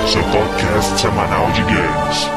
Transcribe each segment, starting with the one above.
seu podcast semanal de games.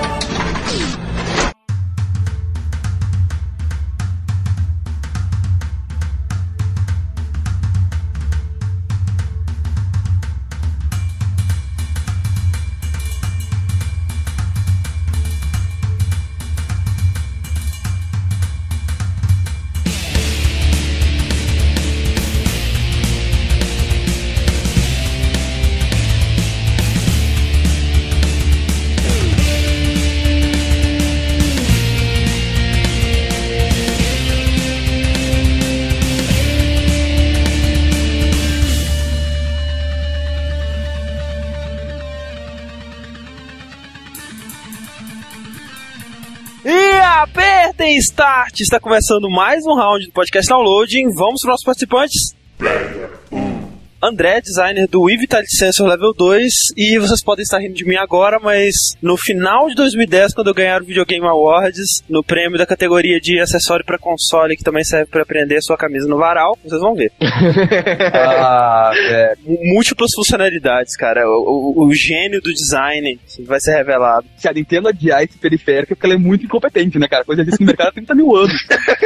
Apertem Start! Está começando mais um round do podcast Downloading. Vamos para os nossos participantes. André, designer do Wii Vitality Sensor Level 2. E vocês podem estar rindo de mim agora, mas no final de 2010, quando eu ganhar o Video Game Awards, no prêmio da categoria de acessório para console, que também serve para prender a sua camisa no varal, vocês vão ver. Velho. Múltiplas funcionalidades, cara. O gênio do design vai ser revelado. Se a Nintendo adiar esse periférico é porque ela é muito incompetente, né, cara? Coisa disso no mercado há 30 mil anos.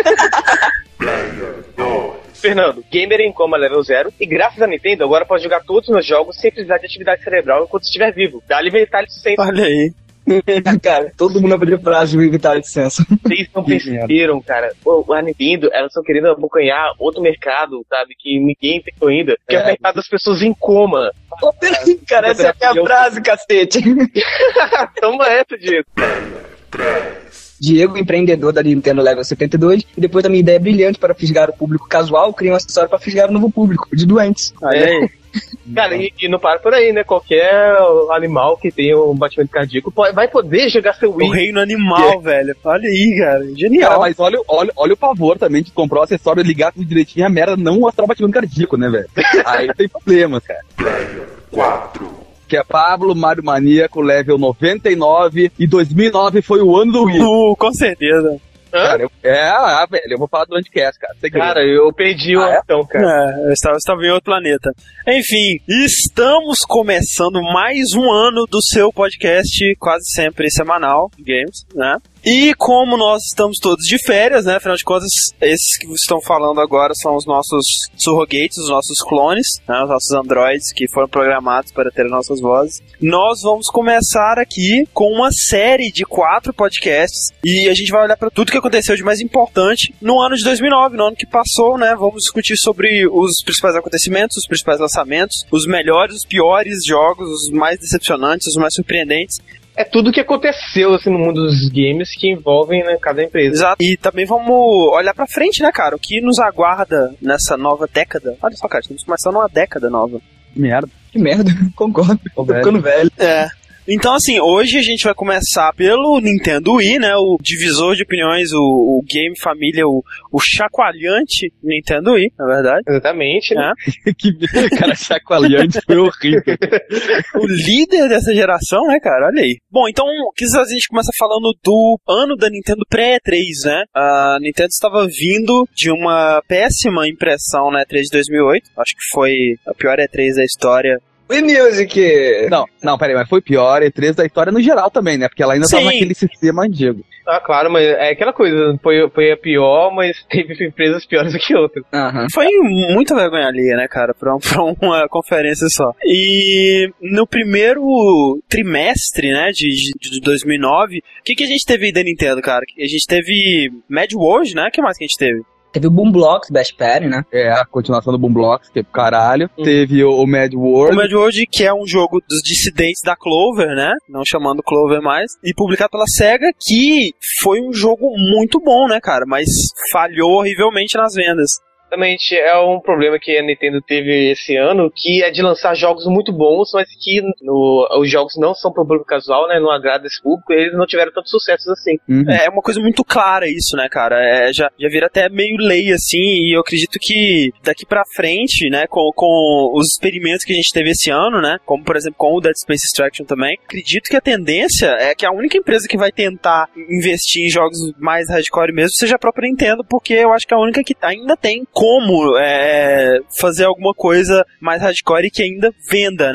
Fernando, gamer em coma level 0 e graças à Nintendo agora pode jogar todos os meus jogos sem precisar de atividade cerebral enquanto estiver vivo. Dá-lhe Vitality Sensor. Olha aí. Cara, todo mundo vai pedir frase de Vitality Sensor. Vocês não perceberam, cara? Pô, a Nintendo, elas estão querendo abocanhar outro mercado, sabe? Que ninguém tentou ainda. Que é o mercado das pessoas em coma. Cara, essa é a minha frase, cacete. Toma essa, Diego. Diego, empreendedor da Nintendo Level 72, e depois da minha ideia brilhante para fisgar o público casual, cria um acessório para fisgar o novo público, de doentes. Olha aí. Cara, e não para por aí, né? Qualquer animal que tenha um batimento cardíaco vai poder jogar seu Wii. O reino animal, velho. Olha aí, cara. Genial. Cara, mas olha o pavor também de comprar o acessório, ligar tudo direitinho, a merda não mostrar o batimento cardíaco, né, velho? Aí tem problema, cara. 4. Que é Pablo Mario Maníaco, level 99, e 2009 foi o ano do Wii. Com certeza. Cara, velho, eu vou falar durante o cast, cara. Cara, eu perdi o então, cara. Eu estava em outro planeta. Enfim, estamos começando mais um ano do seu podcast, quase sempre semanal, Games, né? E como nós estamos todos de férias, né? Afinal de contas, esses que estão falando agora são os nossos surrogates, os nossos clones, né? Os nossos androids que foram programados para ter nossas vozes. Nós vamos começar aqui com uma série de 4 podcasts e a gente vai olhar para tudo que aconteceu de mais importante no ano de 2009, no ano que passou, né? Vamos discutir sobre os principais acontecimentos, os principais lançamentos, os melhores, os piores jogos, os mais decepcionantes, os mais surpreendentes. É tudo que aconteceu assim, no mundo dos games que envolvem, né, cada empresa. Exato. E também vamos olhar pra frente, né, cara? O que nos aguarda nessa nova década. Olha só, cara, estamos começando uma década nova. Merda. Que merda, concordo. Tô ficando velho. Então, assim, hoje a gente vai começar pelo Nintendo Wii, né? O divisor de opiniões, o game família, o chacoalhante Nintendo Wii, na verdade. Exatamente, né? Que cara chacoalhante, foi horrível. O líder dessa geração, né, cara? Olha aí. Bom, então, a gente começa falando do ano da Nintendo pré-E3, né? A Nintendo estava vindo de uma péssima impressão na E3 de 2008. Acho que foi a pior E3 da história. Wii Music! Não, peraí, mas foi pior E3 da história no geral também, né? Porque ela ainda tava naquele sistema antigo. Ah, claro, mas é aquela coisa, foi a pior, mas teve empresas piores do que outras. Foi muita vergonha alheia, né, cara, pra uma conferência só. E no primeiro trimestre, né, de 2009, o que a gente teve aí da Nintendo, cara? A gente teve Mad World, né? O que mais que a gente teve? Teve o Boom Blocks, Best Party, né? É, a continuação do Boom Blocks, que é pro caralho. Teve o Mad World. O Mad World, que é um jogo dos dissidentes da Clover, né? Não chamando Clover mais. E publicado pela SEGA, que foi um jogo muito bom, né, cara? Mas falhou horrivelmente nas vendas. Exatamente, é um problema que a Nintendo teve esse ano, que é de lançar jogos muito bons, mas que os jogos não são para o público casual, né, não agrada esse público, eles não tiveram tantos sucessos assim. É uma coisa muito clara isso, né, cara, já vira até meio lei, assim, e eu acredito que daqui pra frente, né, com os experimentos que a gente teve esse ano, né, como por exemplo com o Dead Space Extraction também, acredito que a tendência é que a única empresa que vai tentar investir em jogos mais hardcore mesmo seja a própria Nintendo, porque eu acho que é a única que ainda tem como fazer alguma coisa mais hardcore e que ainda venda, né?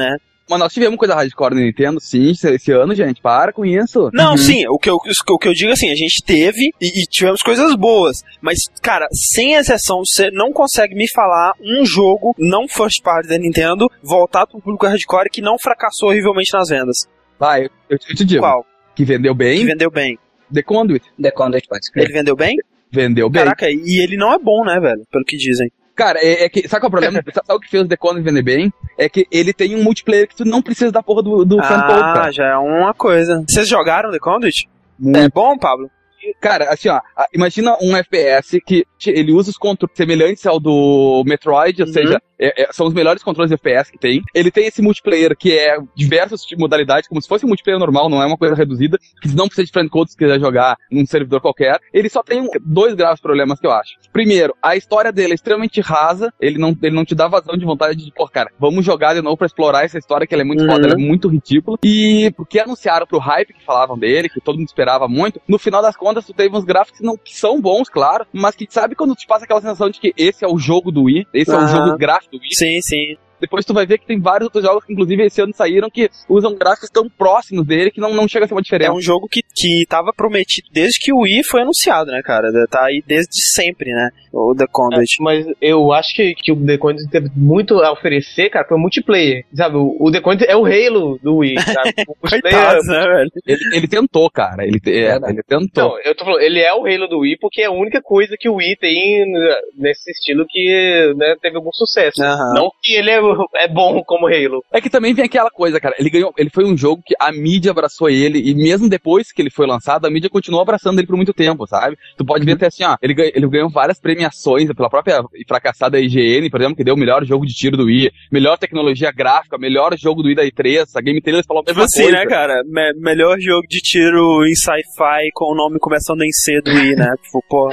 Mas nós tivemos coisa hardcore na Nintendo, sim, esse ano, gente. Para com isso. Não, sim, o que eu digo assim, a gente teve e tivemos coisas boas. Mas, cara, sem exceção, você não consegue me falar um jogo não first party da Nintendo voltado pro público hardcore que não fracassou horrivelmente nas vendas. Vai, eu te digo. Qual? Que vendeu bem. Que vendeu bem. The Conduit. The Conduit, pode escrever. Ele vendeu bem? Vendeu bem. Caraca, e ele não é bom, né, velho? Pelo que dizem. Cara, é que... Sabe qual é o problema? Sabe o que fez o The Conduit vender bem? É que ele tem um multiplayer que tu não precisa da porra do fanpage, cara. Já é uma coisa. Vocês jogaram The Conduit? É bom, Pablo? Cara, assim, ó, imagina um FPS que ele usa os controles semelhantes ao do Metroid, ou seja, são os melhores controles de FPS que tem. Ele tem esse multiplayer que é diversas modalidades, como se fosse um multiplayer normal, não é uma coisa reduzida, que não precisa de friendcode se quiser jogar num servidor qualquer. Ele só tem dois graves problemas que eu acho. Primeiro, a história dele é extremamente rasa, ele não te dá vazão de vontade de, pô, cara, vamos jogar de novo pra explorar essa história, que ela é muito foda, ela é muito ridícula. E porque anunciaram pro hype que falavam dele, que todo mundo esperava muito, no final das contas tu teve uns gráficos que são bons, claro, mas que sabe quando te passa aquela sensação de que esse é o jogo do Wii, esse é o jogo gráfico do Wii. Sim, sim. Depois tu vai ver que tem vários outros jogos que inclusive esse ano saíram que usam gráficos tão próximos dele que não chega a ser uma diferença. É um jogo que tava prometido desde que o Wii foi anunciado, né, cara? Tá aí desde sempre, né? O The Conduit. Mas eu acho que o The Conduit teve muito a oferecer, cara, foi multiplayer. Sabe, o The Conduit é o Halo do Wii, sabe? Coitado, né, velho? Ele tentou, cara. Ele tentou. Não, eu tô falando, ele é o Halo do Wii porque é a única coisa que o Wii tem nesse estilo que, né, teve algum sucesso. Não que ele é bom como Halo. É que também vem aquela coisa, cara, ele foi um jogo que a mídia abraçou ele, e mesmo depois que ele foi lançado, a mídia continuou abraçando ele por muito tempo, sabe? Tu pode ver até assim, ó, ele ganhou várias premiações pela própria e fracassada IGN, por exemplo, que deu o melhor jogo de tiro do Wii, melhor tecnologia gráfica, melhor jogo do Wii da E3, a Game Trailers falou a mesma coisa. Né, cara? Melhor jogo de tiro em sci-fi com o nome começando em C do Wii, né? Tipo, pô.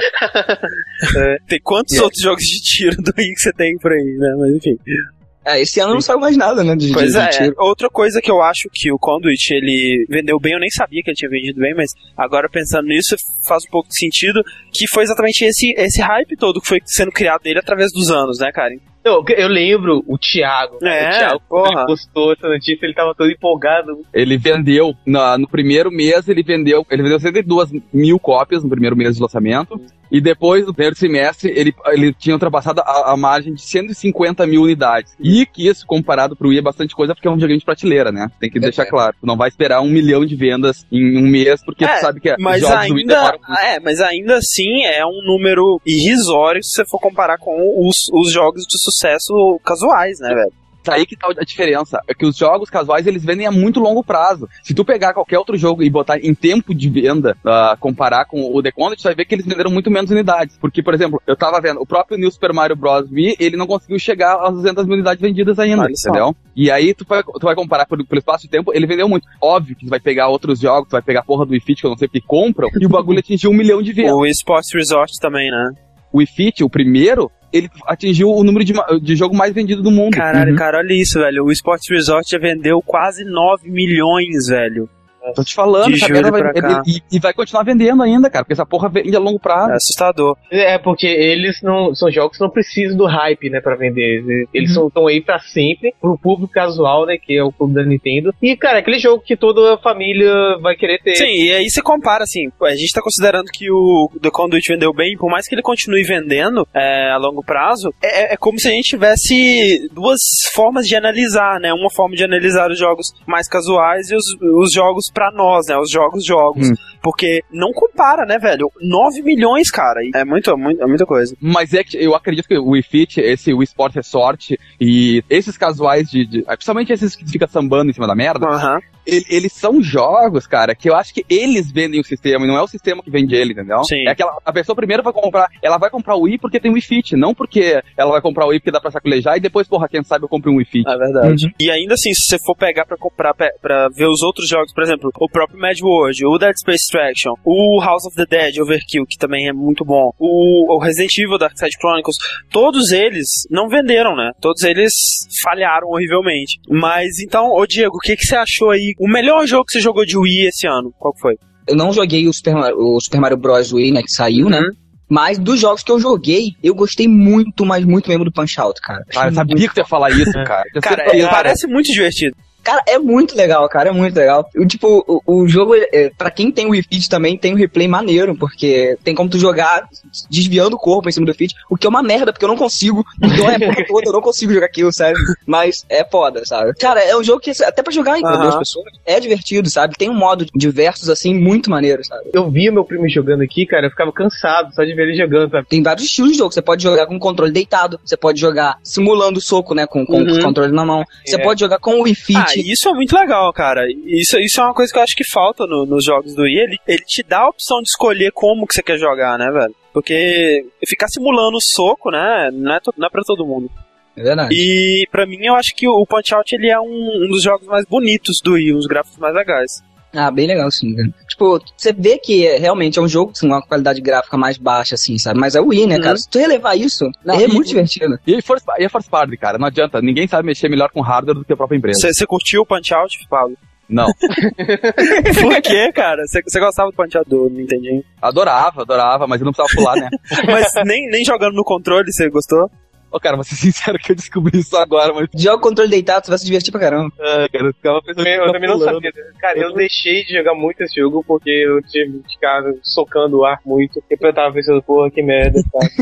Tem quantos outros jogos de tiro do Wii que você tem por aí, né? Mas enfim. Esse ano não saiu mais nada, né? Pois é. Outra coisa que eu acho que o Conduit, ele vendeu bem, eu nem sabia que ele tinha vendido bem, mas agora pensando nisso faz um pouco de sentido, que foi exatamente esse hype todo que foi sendo criado dele através dos anos, né, cara? Eu lembro o Thiago. O Thiago, quando ele postou essa notícia, ele tava todo empolgado. Ele vendeu, no primeiro mês, ele vendeu 102 mil cópias no primeiro mês de lançamento. E depois, no primeiro semestre, ele tinha ultrapassado a margem de 150 mil unidades. E que isso, comparado pro Wii, é bastante coisa, porque é um videogame de prateleira, né? Tem que deixar claro. Tu não vai esperar 1 milhão de vendas em um mês, porque tu sabe que jogos do Wii demoram muito. Mas ainda assim, é um número irrisório se você for comparar com os jogos de sucesso casuais, né, velho? Aí que tá a diferença, é que os jogos casuais eles vendem a muito longo prazo. Se tu pegar qualquer outro jogo e botar em tempo de venda, comparar com o The Conduit, tu vai ver que eles venderam muito menos unidades. Porque, por exemplo, eu tava vendo, o próprio New Super Mario Bros. Wii, ele não conseguiu chegar às 200 mil unidades vendidas ainda, entendeu? E aí tu vai comparar pelo espaço de tempo, ele vendeu muito. Óbvio que tu vai pegar outros jogos, tu vai pegar a porra do Wii Fit, que eu não sei porque compram, e o bagulho atingiu 1 milhão de vendas. O Sports Resort também, né? O Wii Fit, o primeiro, ele atingiu o número de jogo mais vendido do mundo. Caralho, cara, olha isso, velho. O Sports Resort já vendeu quase 9 milhões, velho. Tô te falando, e vai continuar vendendo ainda, cara, porque essa porra vende a longo prazo. É assustador. É, porque eles não são jogos que não precisam do hype, né, pra vender. Eles estão aí pra sempre, pro público casual, né, que é o público da Nintendo. E, cara, aquele jogo que toda a família vai querer ter. Sim, e aí você compara, assim, a gente tá considerando que o The Conduit vendeu bem, por mais que ele continue vendendo a longo prazo, é como se a gente tivesse duas formas de analisar, né, uma forma de analisar os jogos mais casuais e os jogos pra nós, né, os jogos. Porque não compara, né, velho? 9 milhões, cara, é muita coisa. Mas é que eu acredito que o Wii Fit, esse Wii Sport Resort e esses casuais principalmente esses que ficam sambando em cima da merda, eles são jogos, cara, que eu acho que eles vendem o sistema, e não é o sistema que vende ele, entendeu? Sim. É que a pessoa primeiro ela vai comprar o Wii porque tem o Wii Fit, não porque ela vai comprar o Wii porque dá pra saculejar e depois, porra, quem sabe eu compro um Wii Fit. É verdade. E ainda assim, se você for pegar pra comprar, pra ver os outros jogos, por exemplo, o próprio Mad World, o Dead Space Extraction, o House of the Dead Overkill, que também é muito bom, o Resident Evil Dark Side Chronicles, todos eles não venderam, né? Todos eles falharam horrivelmente. Mas então, ô Diego, o que você achou aí? O melhor jogo que você jogou de Wii esse ano, qual foi? Eu não joguei o Super Mario Bros. Wii, né, que saiu, né? Mas dos jogos que eu joguei, eu gostei muito, mas muito mesmo do Punch-Out, cara. Eu sabia que você ia falar isso, cara. Cara, parece muito divertido. Cara, é muito legal, cara, é muito legal. O jogo, pra quem tem o Wii Fit também, tem um replay maneiro, porque tem como tu jogar desviando o corpo em cima do Fit, o que é uma merda, porque eu não consigo, então eu não consigo jogar aquilo, sabe? Mas é foda, sabe? Cara, é um jogo que, até pra jogar em duas pessoas, é divertido, sabe? Tem um modo de versus, assim, muito maneiro, sabe? Eu via meu primo jogando aqui, cara, eu ficava cansado só de ver ele jogando, sabe? Tem vários estilos de jogo, você pode jogar com o controle deitado, você pode jogar simulando o soco, né, com o controle na mão, você pode jogar com o Wii Fit. Isso é muito legal, cara. Isso é uma coisa que eu acho que falta nos jogos do Wii. Ele te dá a opção de escolher como que você quer jogar, né, velho? Porque ficar simulando o soco, né, não é pra todo mundo. É verdade. E pra mim, eu acho que o Punch-Out, ele é um dos jogos mais bonitos do Wii, uns gráficos mais legais. Ah, bem legal sim, velho. Tipo, você vê que realmente é um jogo com uma qualidade gráfica mais baixa, assim, sabe? Mas é o Wii, né, cara? Se tu relevar isso, é muito divertido. E a Force Party, cara, não adianta. Ninguém sabe mexer melhor com hardware do que a própria empresa. Você curtiu o Punch-Out, Pablo? Não. Por quê, cara? Você gostava do Punch-Out do Nintendinho? Adorava, mas eu não precisava pular, né? Mas nem jogando no controle você gostou? Ô, cara, vou ser sincero que eu descobri isso agora, mas... Joga o controle deitado, você vai se divertir pra caramba. Cara, eu ficava pensando... Eu também não sabia. Cara, eu deixei de jogar muito esse jogo porque eu tive que ficar socando o ar muito. Porque eu tava pensando, porra, que merda,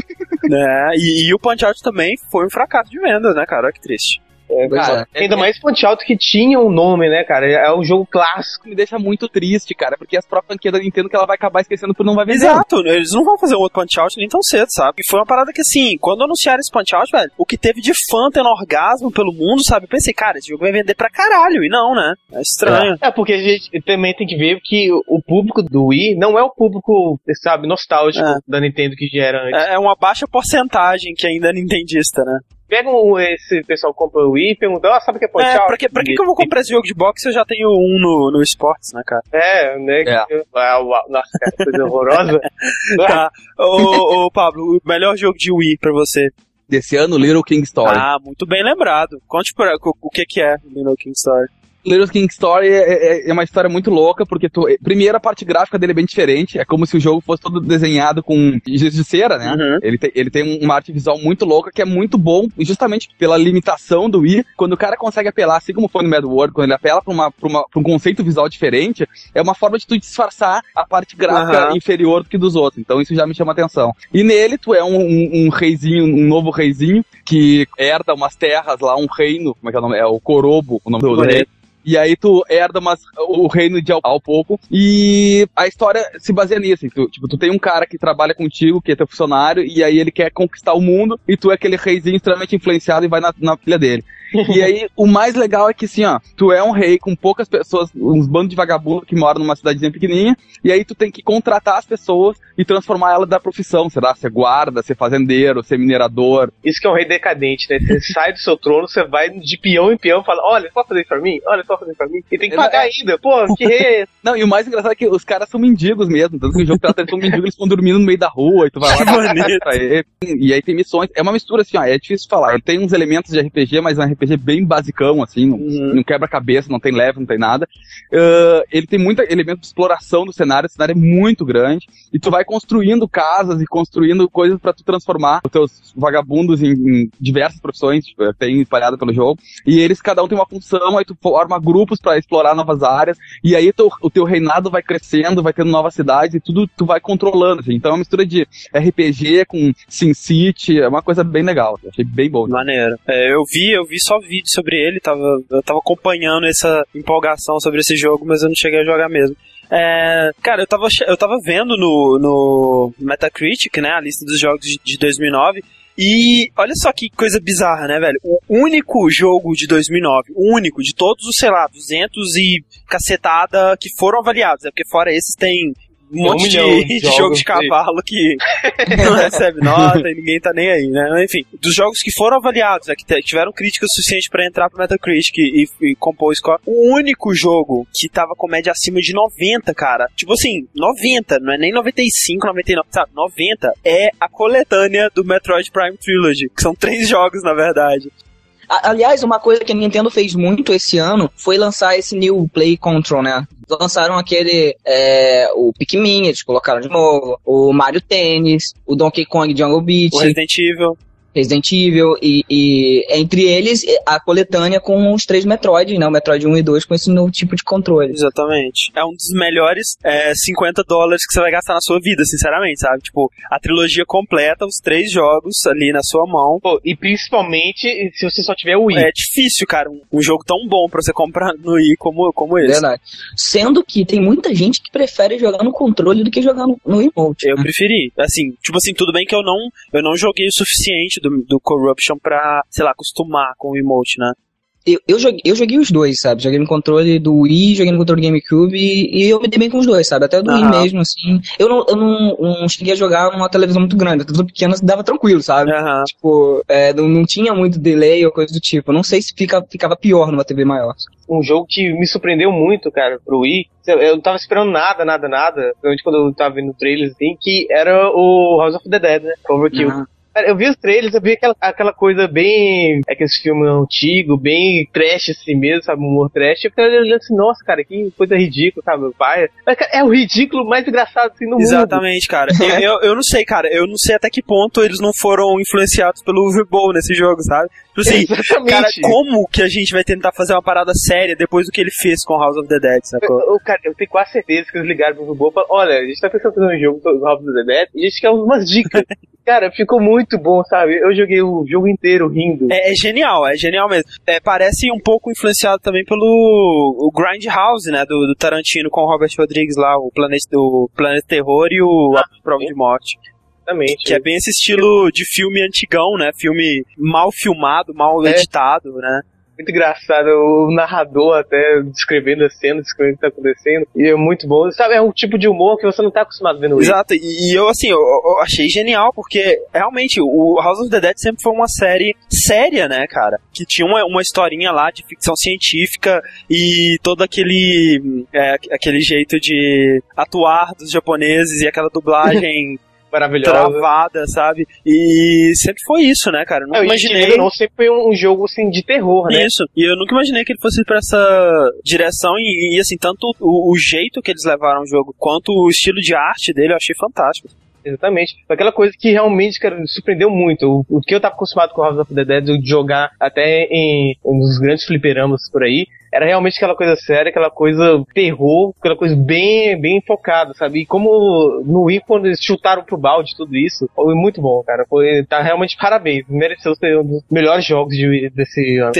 sabe? E o Punch-Out também foi um fracasso de vendas, né, cara? Olha que triste. Cara, ainda mais Punch-Out que tinha um nome, né, cara? É um jogo clássico. Me deixa muito triste, cara, porque as próprias franquias da Nintendo que ela vai acabar esquecendo por não vai vender. Exato, eles não vão fazer um outro Punch-Out nem tão cedo, sabe? E foi uma parada que, assim, quando anunciaram esse Punch-Out, velho, o que teve de fã tendo orgasmo pelo mundo, sabe? Eu pensei, cara, esse jogo vai vender pra caralho. E não, né? É estranho. Porque a gente também tem que ver que o público do Wii não é o público, sabe, nostálgico da Nintendo que já era antes. É uma baixa porcentagem que ainda é nintendista, né? Pega esse pessoal que compra o Wii e pergunta, sabe o que é Punch-Out? Pra que eu vou comprar esse jogo de boxe se eu já tenho um no esportes, né, cara? Né? Nossa, cara, coisa horrorosa. Tá. Ô, Pablo, o melhor jogo de Wii pra você? Desse ano, Little King Story. Ah, muito bem lembrado. Conte o que é Little King Story. Little King Story é uma história muito louca, porque primeiro a parte gráfica dele é bem diferente, é como se o jogo fosse todo desenhado com giz de cera, né? Uhum. Ele tem uma arte visual muito louca, que é muito bom, justamente pela limitação do Wii, quando o cara consegue apelar, assim como foi no Mad World, quando ele apela pra um conceito visual diferente, é uma forma de tu disfarçar a parte gráfica inferior do que dos outros, então isso já me chama atenção. E nele, tu é um reizinho, um novo reizinho, que herda umas terras lá, um reino, como é que é o nome? É o Korobo, o nome do rei. E aí tu herda o reino de Alpoco, e a história se baseia nisso. Tu tem um cara que trabalha contigo, que é teu funcionário, e aí ele quer conquistar o mundo, e tu é aquele reizinho extremamente influenciado e vai na filha dele. E aí, o mais legal é que, assim, ó, tu é um rei com poucas pessoas, uns bandos de vagabundos que moram numa cidadezinha pequenininha, e aí tu tem que contratar as pessoas e transformar elas da profissão, sei lá, ser guarda, ser fazendeiro, ser minerador. Isso que é um rei decadente, né? Você sai do seu trono, você vai de peão em peão e fala, olha, você pode fazer isso pra mim? Olha, você pode fazer isso pra mim? E tem que pagar ainda, pô, que rei é esse? Não, e o mais engraçado é que os caras são mendigos mesmo, tanto que o jogo trata eles como mendigos, eles estão dormindo no meio da rua, e tu vai lá pra ele. E aí tem missões, é uma mistura assim, ó, é difícil falar, ele tem uns elementos de RPG, mas é um RPG bem basicão, assim, não quebra cabeça, não tem level, não tem nada. Ele tem muito elemento de exploração do cenário, o cenário é muito grande, e tu vai construindo casas e construindo coisas pra tu transformar os teus vagabundos em diversas profissões, tem espalhado pelo jogo, e eles, cada um tem uma função, aí tu forma grupos pra explorar novas áreas, e aí o teu reinado vai crescendo, vai tendo novas cidades, e tudo tu vai controlando, assim. Então é uma mistura de RPG com SimCity, é uma coisa bem legal, achei bem bom. Maneiro. Eu vi só vídeo sobre ele, eu tava acompanhando essa empolgação sobre esse jogo, mas eu não cheguei a jogar mesmo. Cara, eu tava vendo no Metacritic, né, a lista dos jogos de 2009, e olha só que coisa bizarra, né, velho? O único jogo de 2009, o único de todos os, sei lá, 200 e cacetada que foram avaliados, porque fora esses tem um monte de jogo de cavalo que não recebe nota e ninguém tá nem aí, né? Enfim, dos jogos que foram avaliados, que tiveram crítica suficiente pra entrar pro Metacritic e compor o score, o único jogo que tava com média acima de 90, cara, tipo assim, 90, não é nem 95, 99, sabe? 90 é a coletânea do Metroid Prime Trilogy, que são 3 jogos, na verdade. Aliás, uma coisa que a Nintendo fez muito esse ano foi lançar esse New Play Control, né? Lançaram aquele, o Pikmin, eles colocaram de novo, o Mario Tennis, o Donkey Kong Jungle Beat. O Resident Evil. Resident Evil, e entre eles a coletânea com os 3 Metroid, né? O Metroid 1 e 2 com esse novo tipo de controle. Exatamente. É um dos melhores $50 que você vai gastar na sua vida, sinceramente, sabe? Tipo, a trilogia completa, os 3 jogos ali na sua mão. Pô, e principalmente se você só tiver o Wii. É difícil, cara, um jogo tão bom pra você comprar no Wii como esse. Verdade. Sendo que tem muita gente que prefere jogar no controle do que jogar no emote. Eu preferi. Assim, tudo bem que eu não joguei o suficiente do Corruption pra, sei lá, acostumar com o emote, né? Eu joguei os dois, sabe? Joguei no controle do Wii, joguei no controle do GameCube e eu me dei bem com os dois, sabe? Até do Wii mesmo, assim. Eu não cheguei a jogar numa televisão muito grande, a televisão pequena dava tranquilo, sabe? Tipo, não tinha muito delay ou coisa do tipo. Eu não sei se ficava pior numa TV maior. Um jogo que me surpreendeu muito, cara, pro Wii. Eu não tava esperando nada, principalmente quando eu tava vendo trailers, assim, que era o House of the Dead, né? Overkill. Cara, eu vi os trailers, eu vi aquela coisa bem... aqueles filmes antigos, bem trash assim mesmo, sabe? Humor trash. Eu fiquei olhando assim, nossa, cara, que coisa ridícula, sabe? Meu pai. Mas, cara, é o ridículo mais engraçado assim no mundo. Exatamente, cara. Eu não sei, cara. Eu não sei até que ponto eles não foram influenciados pelo Uwe Boll nesse jogo, sabe? Tipo assim, cara, como que a gente vai tentar fazer uma parada séria depois do que ele fez com House of the Dead, sacou? Cara, eu tenho quase certeza que eles ligaram pro Uwe Boll e falaram, olha, a gente tá pensando em fazer um jogo do House of the Dead e a gente quer umas dicas. Cara, ficou muito bom, sabe? Eu joguei o jogo inteiro rindo. É genial mesmo. Parece um pouco influenciado também pelo Grindhouse, né? Do Tarantino com o Robert Rodrigues lá, o Planeta Terror e A Prova de Morte. Exatamente. Que é bem esse estilo de filme antigão, né? Filme mal filmado, mal editado, né? Muito engraçado, o narrador até descrevendo a cena, descrevendo o que tá acontecendo, e é muito bom, sabe, é um tipo de humor que você não tá acostumado a ver no Wii. Exato, e eu achei genial, porque realmente o House of the Dead sempre foi uma série séria, né, cara, que tinha uma historinha lá de ficção científica e todo aquele jeito de atuar dos japoneses e aquela dublagem maravilhosa, travada, sabe? E sempre foi isso, né, cara? Eu nunca imaginei. Não, sempre foi um jogo assim de terror, né? Isso. E eu nunca imaginei que ele fosse pra essa direção e assim, tanto o jeito que eles levaram o jogo quanto o estilo de arte dele eu achei fantástico. Exatamente. Aquela coisa que realmente, cara, me surpreendeu muito. O que eu tava acostumado com House of the Dead, de jogar até em uns grandes fliperamas por aí, era realmente aquela coisa séria, aquela coisa terror, aquela coisa bem, bem focada, sabe? E como no Wii, quando eles chutaram pro balde tudo isso, foi muito bom, cara. Tá realmente parabéns. Mereceu ser um dos melhores jogos desse ano.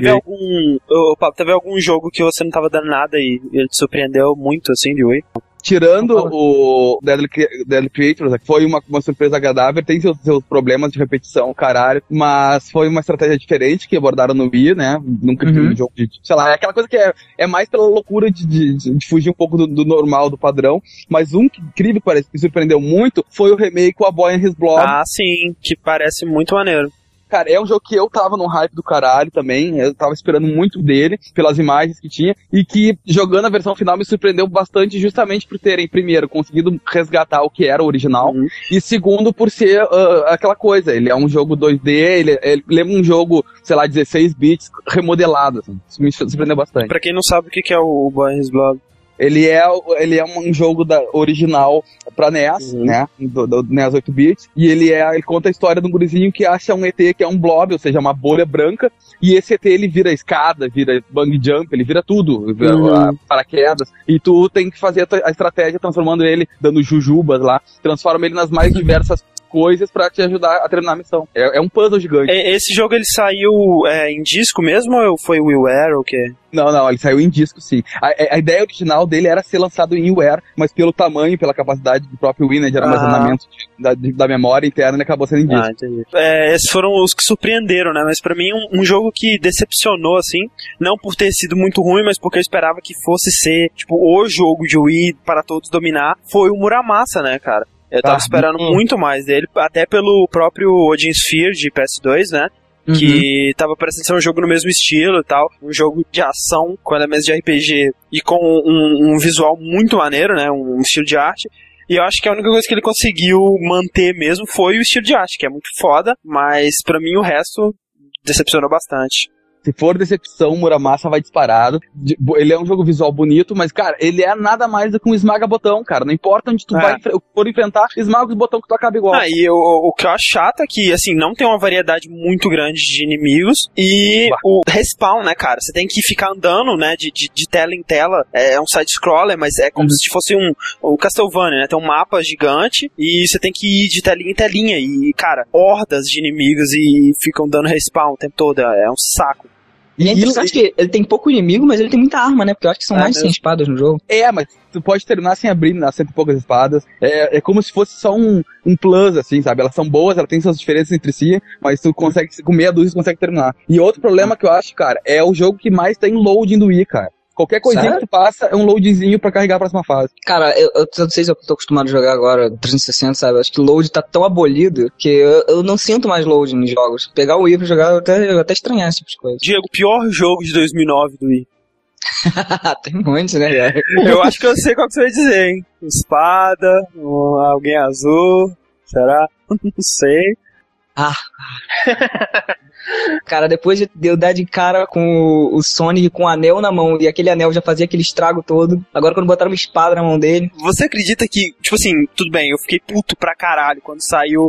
Teve algum jogo que você não tava dando nada e ele te surpreendeu muito, assim, de Wii? Tirando o Deadly Creatures, que foi uma surpresa agradável, tem seus problemas de repetição, caralho, mas foi uma estratégia diferente que abordaram no Wii, né? Nunca tive um jogo de, sei lá, é aquela coisa que é mais pela loucura de fugir um pouco do normal, do padrão, mas um que incrível que parece que surpreendeu muito foi o remake com A Boy and His Blob. Ah, sim, que parece muito maneiro. Cara, é um jogo que eu tava num hype do caralho também, eu tava esperando muito dele, pelas imagens que tinha, e que jogando a versão final me surpreendeu bastante justamente por terem, primeiro, conseguido resgatar o que era o original, e segundo, por ser aquela coisa, ele é um jogo 2D, ele lembra um jogo, sei lá, 16 bits remodelado, assim. Isso me surpreendeu bastante. Pra quem não sabe o que é o Boy and His Blob, ele é um jogo original pra NES, né? Do NES 8-bits. E ele conta a história de um gurizinho que acha um ET que é um blob, ou seja, uma bolha branca. E esse ET, ele vira escada, vira bungee jump, ele vira tudo, vira paraquedas. E tu tem que fazer a estratégia transformando ele, dando jujubas lá. Transforma ele nas mais diversas coisas pra te ajudar a terminar a missão. É um puzzle gigante. Esse jogo, ele saiu em disco mesmo ou foi WiiWare ou o quê? Não, ele saiu em disco, sim. A ideia original dele era ser lançado em WiiWare, mas pelo tamanho, pela capacidade do próprio Wii, né, de armazenamento da memória interna, ele acabou sendo em disco. Entendi. Esses foram os que surpreenderam, né, mas pra mim um jogo que decepcionou, assim, não por ter sido muito ruim, mas porque eu esperava que fosse ser, tipo, o jogo de Wii para todos dominar, foi o Muramasa, né, cara? Eu tava esperando muito mais dele, até pelo próprio Odin Sphere de PS2, né? Que tava parecendo ser um jogo no mesmo estilo e tal, um jogo de ação com elementos de RPG e com um visual muito maneiro, né, um estilo de arte. E eu acho que a única coisa que ele conseguiu manter mesmo foi o estilo de arte, que é muito foda, mas pra mim o resto decepcionou bastante. Se for decepção, o Muramasa vai disparado. Ele é um jogo visual bonito, mas, cara, ele é nada mais do que um esmaga-botão, cara. Não importa onde tu vai for enfrentar, esmaga os botões que tu acaba igual. E o que eu acho chato é que, assim, não tem uma variedade muito grande de inimigos e o respawn, né, cara? Você tem que ficar andando, né, de tela em tela. É um side-scroller, mas é como se fosse um Castlevania, né? Tem um mapa gigante e você tem que ir de telinha em telinha. E, cara, hordas de inimigos e ficam dando respawn o tempo todo. É um saco. E é interessante que ele tem pouco inimigo, mas ele tem muita arma, né? Porque eu acho que são mais de 100 espadas no jogo. Mas tu pode terminar sem abrir nas 100 e poucas espadas. É como se fosse só um plus, assim, sabe? Elas são boas, elas têm suas diferenças entre si, mas tu consegue, com meia dúzia, tu consegue terminar. E outro problema que eu acho, cara, é o jogo que mais tem loading do Wii, cara. Qualquer coisinha que tu passa é um loadzinho pra carregar a próxima fase. Cara, eu não sei se eu tô acostumado a jogar agora 360, sabe? Acho que o load tá tão abolido que eu não sinto mais load nos jogos. Pegar o Wii pra jogar, eu até estranhar esse tipo de coisa. Diego, pior jogo de 2009 do Wii. Tem muitos, né, cara? Eu acho que eu sei qual que você vai dizer, hein? Espada, alguém azul, será? Não sei. Cara, depois de eu dar de cara com o Sonic com o anel na mão, e aquele anel já fazia aquele estrago todo, agora quando botaram uma espada na mão dele... Você acredita que, tipo assim, tudo bem, eu fiquei puto pra caralho quando saiu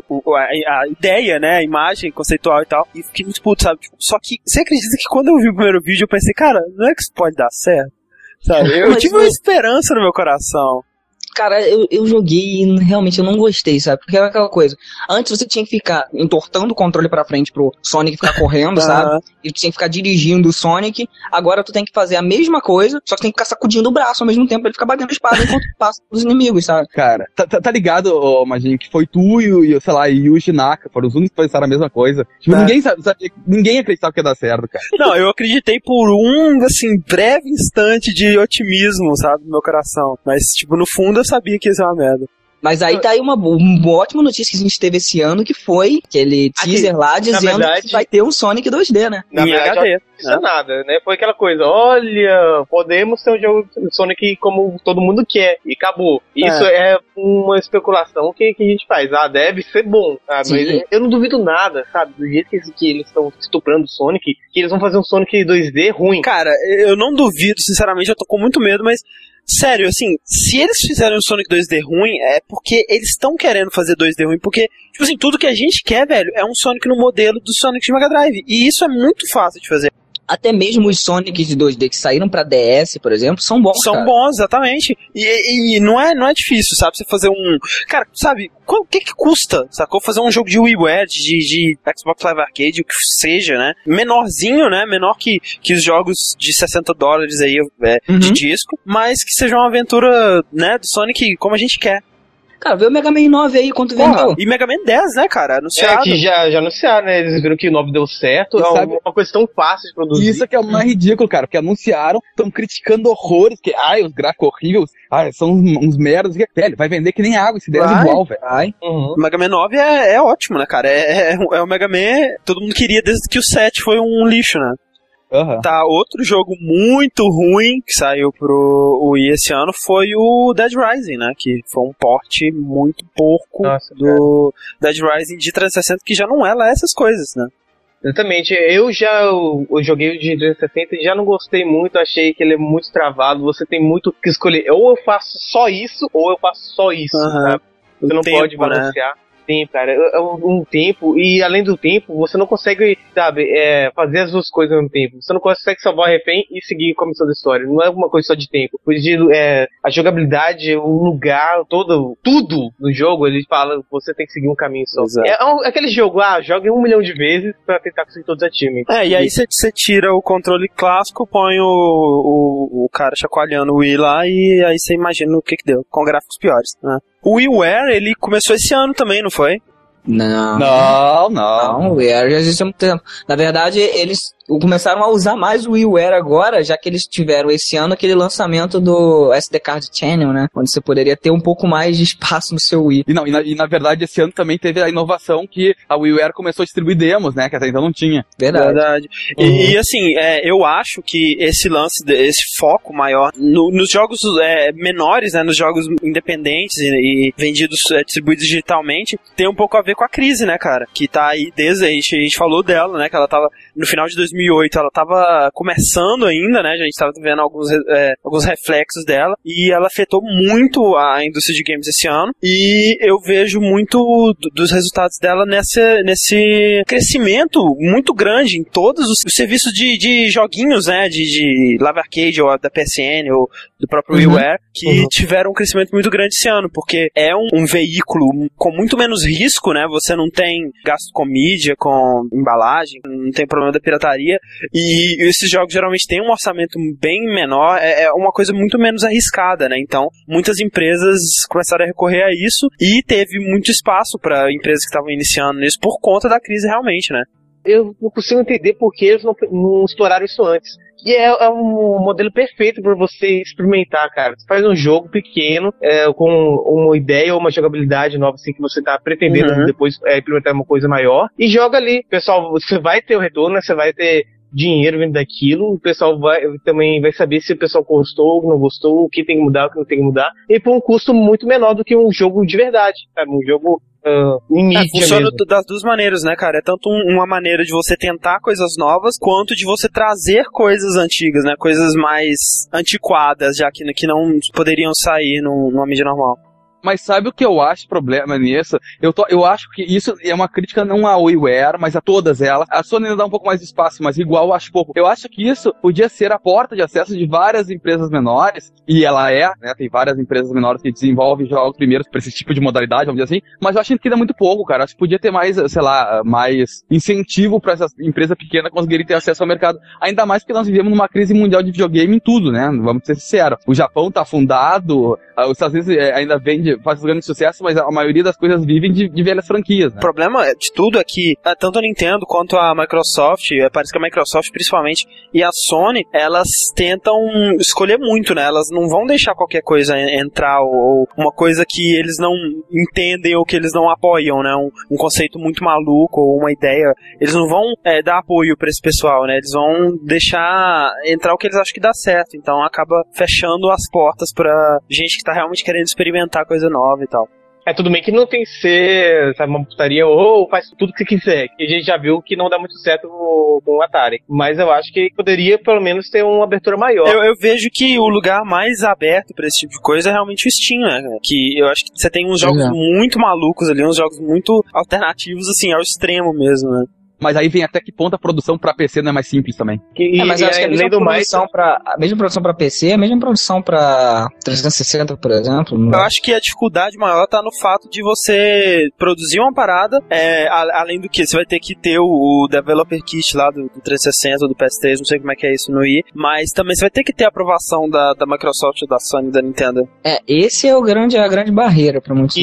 a ideia, né, a imagem conceitual e tal, e fiquei muito puto, sabe? Só que, você acredita que quando eu vi o primeiro vídeo eu pensei, cara, não é que isso pode dar certo? Sabe? Eu tive uma esperança no meu coração. Cara, eu joguei e realmente eu não gostei, sabe? Porque era aquela coisa. Antes você tinha que ficar entortando o controle pra frente pro Sonic ficar correndo, sabe? E tu tinha que ficar dirigindo o Sonic. Agora tu tem que fazer a mesma coisa, só que tem que ficar sacudindo o braço ao mesmo tempo pra ele ficar batendo a espada enquanto passa os inimigos, sabe? Cara, tá ligado, Magin, que foi tu e sei lá, e o Shinaka foram os únicos que pensaram a mesma coisa. Tipo, ninguém acreditava que ia dar certo, cara. Não, eu acreditei por assim, breve instante de otimismo, sabe? No meu coração. Mas, tipo, no fundo eu sabia que ia ser uma merda. Mas aí tá aí uma ótima notícia que a gente teve esse ano, que foi aquele teaser lá dizendo que vai ter um Sonic 2D, né? Na verdade, não é nada, né? Foi aquela coisa, olha, podemos ter um jogo Sonic como todo mundo quer, e acabou. Isso é uma especulação que a gente faz. Deve ser bom, sabe? Mas eu não duvido nada, sabe? Do jeito que eles estão estuprando o Sonic, que eles vão fazer um Sonic 2D ruim. Cara, eu não duvido, sinceramente, eu tô com muito medo, mas... Sério, assim, se eles fizerem um Sonic 2D ruim, é porque eles estão querendo fazer 2D ruim, porque, tipo assim, tudo que a gente quer, velho, é um Sonic no modelo do Sonic de Mega Drive, e isso é muito fácil de fazer. Até mesmo os Sonics de 2D que saíram pra DS, por exemplo, são bons, São bons, exatamente. E não é difícil, sabe? Você fazer um... Cara, sabe, o que custa, sacou? Fazer um jogo de WiiWare, de Xbox Live Arcade, o que seja, né? Menorzinho, né? Menor que os jogos de $60 aí, de disco, mas que seja uma aventura, né, do Sonic como a gente quer. Cara, vê o Mega Man 9 aí, quanto vendeu. E Mega Man 10, né, cara? Anunciado. Que já anunciaram, né? Eles viram que o 9 deu certo. É uma coisa tão fácil de produzir. Isso que é o mais ridículo, cara, porque anunciaram, estão criticando horrores, que, os gráficos horríveis, são uns merdas, velho, vai vender que nem água, esse 10 igual, velho. O Mega Man 9 é ótimo, né, cara? É o Mega Man, todo mundo queria desde que o 7 foi um lixo, né? Tá, outro jogo muito ruim que saiu pro Wii esse ano foi o Dead Rising, né? Que foi um porte muito porco do Dead Rising de 360, que já não é lá essas coisas, né? Exatamente, eu joguei o de 360 e já não gostei muito, achei que ele é muito travado, você tem muito que escolher, ou eu faço só isso, ou eu faço só isso, sabe? Você não pode balancear. Né? Sim, cara, é um tempo, e além do tempo, você não consegue, sabe, fazer as duas coisas ao mesmo tempo. Você não consegue salvar o refém e seguir com a missão da história. Não é uma coisa só de tempo. A jogabilidade, o lugar, tudo no jogo, ele fala, você tem que seguir um caminho só. Aquele jogo, joga 1 milhão de vezes pra tentar conseguir todos os achievements. E aí você tira o controle clássico, põe o cara chacoalhando o Wii lá, e aí você imagina o que deu, com gráficos piores, né? O WiiWare, ele começou esse ano também, não foi? Não, o WiiWare já existe há muito tempo. Na verdade, eles começaram a usar mais o WiiWare agora, já que eles tiveram esse ano aquele lançamento do SD Card Channel, né? Onde você poderia ter um pouco mais de espaço no seu Wii. E na verdade, esse ano também teve a inovação que a WiiWare começou a distribuir demos, né? Que até então não tinha. Verdade. E assim, eu acho que esse lance, esse foco maior nos jogos menores, né? Nos jogos independentes e vendidos, distribuídos digitalmente, tem um pouco a ver com a crise, né, cara? Que tá aí desde a gente falou dela, né? Que ela tava no final de 2008 ela tava começando ainda, né? A gente tava vendo alguns reflexos dela, e ela afetou muito a indústria de games esse ano, e eu vejo muito dos resultados dela nesse crescimento muito grande em todos os serviços de joguinhos, né? De Live Arcade, ou da PSN, ou do próprio WiiWare, que tiveram um crescimento muito grande esse ano, porque é um veículo com muito menos risco, né? Você não tem gasto com mídia, com embalagem, não tem problema da pirataria, e esses jogos geralmente têm um orçamento bem menor, é uma coisa muito menos arriscada, né? Então, muitas empresas começaram a recorrer a isso, e teve muito espaço para empresas que estavam iniciando nisso por conta da crise realmente, né? Eu não consigo entender por que eles não exploraram isso antes. E é um modelo perfeito para você experimentar, cara. Você faz um jogo pequeno, com uma ideia ou uma jogabilidade nova, assim, que você tá pretendendo depois implementar uma coisa maior, e joga ali. Pessoal, você vai ter o retorno, né? Você vai ter dinheiro vindo daquilo, o pessoal também vai saber se o pessoal gostou ou não gostou, o que tem que mudar, o que não tem que mudar, e por um custo muito menor do que um jogo de verdade, sabe? Um jogo em mídia funciona mesmo. das duas maneiras, né, cara? É tanto uma maneira de você tentar coisas novas, quanto de você trazer coisas antigas, né? Coisas mais antiquadas, já que não poderiam sair numa mídia normal. Mas sabe o que eu acho problema nisso? Eu acho que isso é uma crítica não à WiiWare, mas a todas elas. A Sony ainda dá um pouco mais de espaço, mas igual eu acho pouco. Eu acho que isso podia ser a porta de acesso de várias empresas menores, e ela né? Tem várias empresas menores que desenvolvem jogos primeiros para esse tipo de modalidade, vamos dizer assim, mas eu acho que ainda muito pouco, cara. Acho que podia ter mais, sei lá, mais incentivo para essas empresas pequenas conseguirem ter acesso ao mercado. Ainda mais porque nós vivemos numa crise mundial de videogame em tudo, né? Vamos ser sinceros. O Japão tá afundado, os Estados Unidos ainda faz grande sucesso, mas a maioria das coisas vivem de velhas franquias, né? O problema de tudo é que tanto a Nintendo quanto a Microsoft, parece que a Microsoft principalmente, e a Sony, elas tentam escolher muito, né? Elas não vão deixar qualquer coisa entrar, ou uma coisa que eles não entendem ou que eles não apoiam, né? Um conceito muito maluco ou uma ideia. Eles não vão dar apoio pra esse pessoal, né? Eles vão deixar entrar o que eles acham que dá certo. Então acaba fechando as portas pra gente que tá realmente querendo experimentar coisa nova e tal. Tudo bem que não tem que ser, sabe, uma putaria ou faz tudo que você quiser, que a gente já viu que não dá muito certo com o Atari. Mas eu acho que poderia pelo menos ter uma abertura maior. Eu vejo que o lugar mais aberto pra esse tipo de coisa é realmente o Steam, né? Que eu acho que você tem uns jogos muito malucos ali, uns jogos muito alternativos, assim, ao extremo mesmo, né? Mas aí vem até que ponto a produção pra PC não é mais simples também. Mas eu acho que a mesma produção pra PC, a mesma produção pra 360, por exemplo. Eu acho que a dificuldade maior tá no fato de você produzir uma parada, além do que você vai ter que ter o Developer Kit lá do 360 ou do PS3, não sei como é que é isso no Wii, mas também você vai ter que ter a aprovação da Microsoft, da Sony, da Nintendo. Esse é a grande barreira pra muitos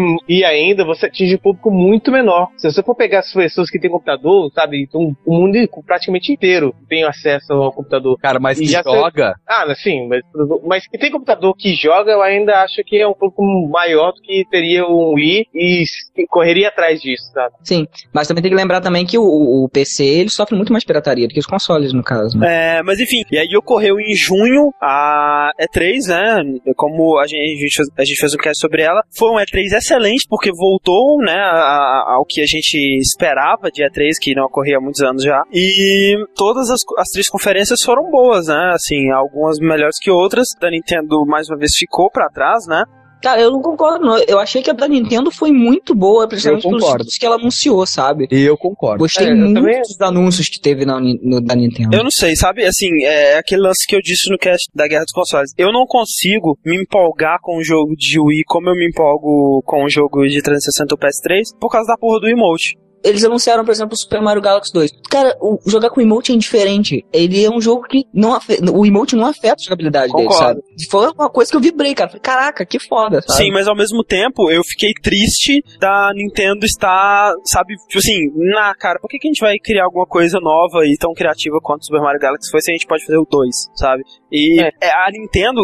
e ainda você atinge um público muito menor. Se você for pegar as pessoas que têm computador, sabe? Então, o mundo praticamente inteiro tem acesso ao computador. Cara, mas que joga... Sim, mas que tem computador que joga, eu ainda acho que é um pouco maior do que teria um Wii e correria atrás disso, sabe? Sim, mas também tem que lembrar também que o PC, ele sofre muito mais pirataria do que os consoles, no caso, né? Mas enfim, e aí ocorreu em junho a E3, né? Como a gente fez um cast sobre ela. Foi um E3 excelente, porque voltou, né, ao que a gente esperava de E3, que não ocorria há muitos anos já. E todas as 3 conferências foram boas, né? Assim, algumas melhores que outras. Da Nintendo, mais uma vez, ficou pra trás, né? Cara, eu não concordo, não. Eu achei que a da Nintendo foi muito boa, principalmente pelos títulos que ela anunciou, sabe? Eu concordo. Gostei muito dos anúncios que teve da Nintendo. Eu não sei, sabe? Assim, é aquele lance que eu disse no cast da Guerra dos Consoles. Eu não consigo me empolgar com o jogo de Wii como eu me empolgo com o jogo de 360 ou PS3 por causa da porra do emote. Eles anunciaram, por exemplo, o Super Mario Galaxy 2. Cara, jogar com o emote é indiferente. Ele é um jogo que o emote não afeta a jogabilidade dele, sabe? Foi uma coisa que eu vibrei, cara. Falei, caraca, que foda, sabe? Sim, mas ao mesmo tempo, eu fiquei triste da Nintendo estar, sabe, tipo assim, cara, por que a gente vai criar alguma coisa nova e tão criativa quanto o Super Mario Galaxy foi se a gente pode fazer o 2, sabe? E a Nintendo,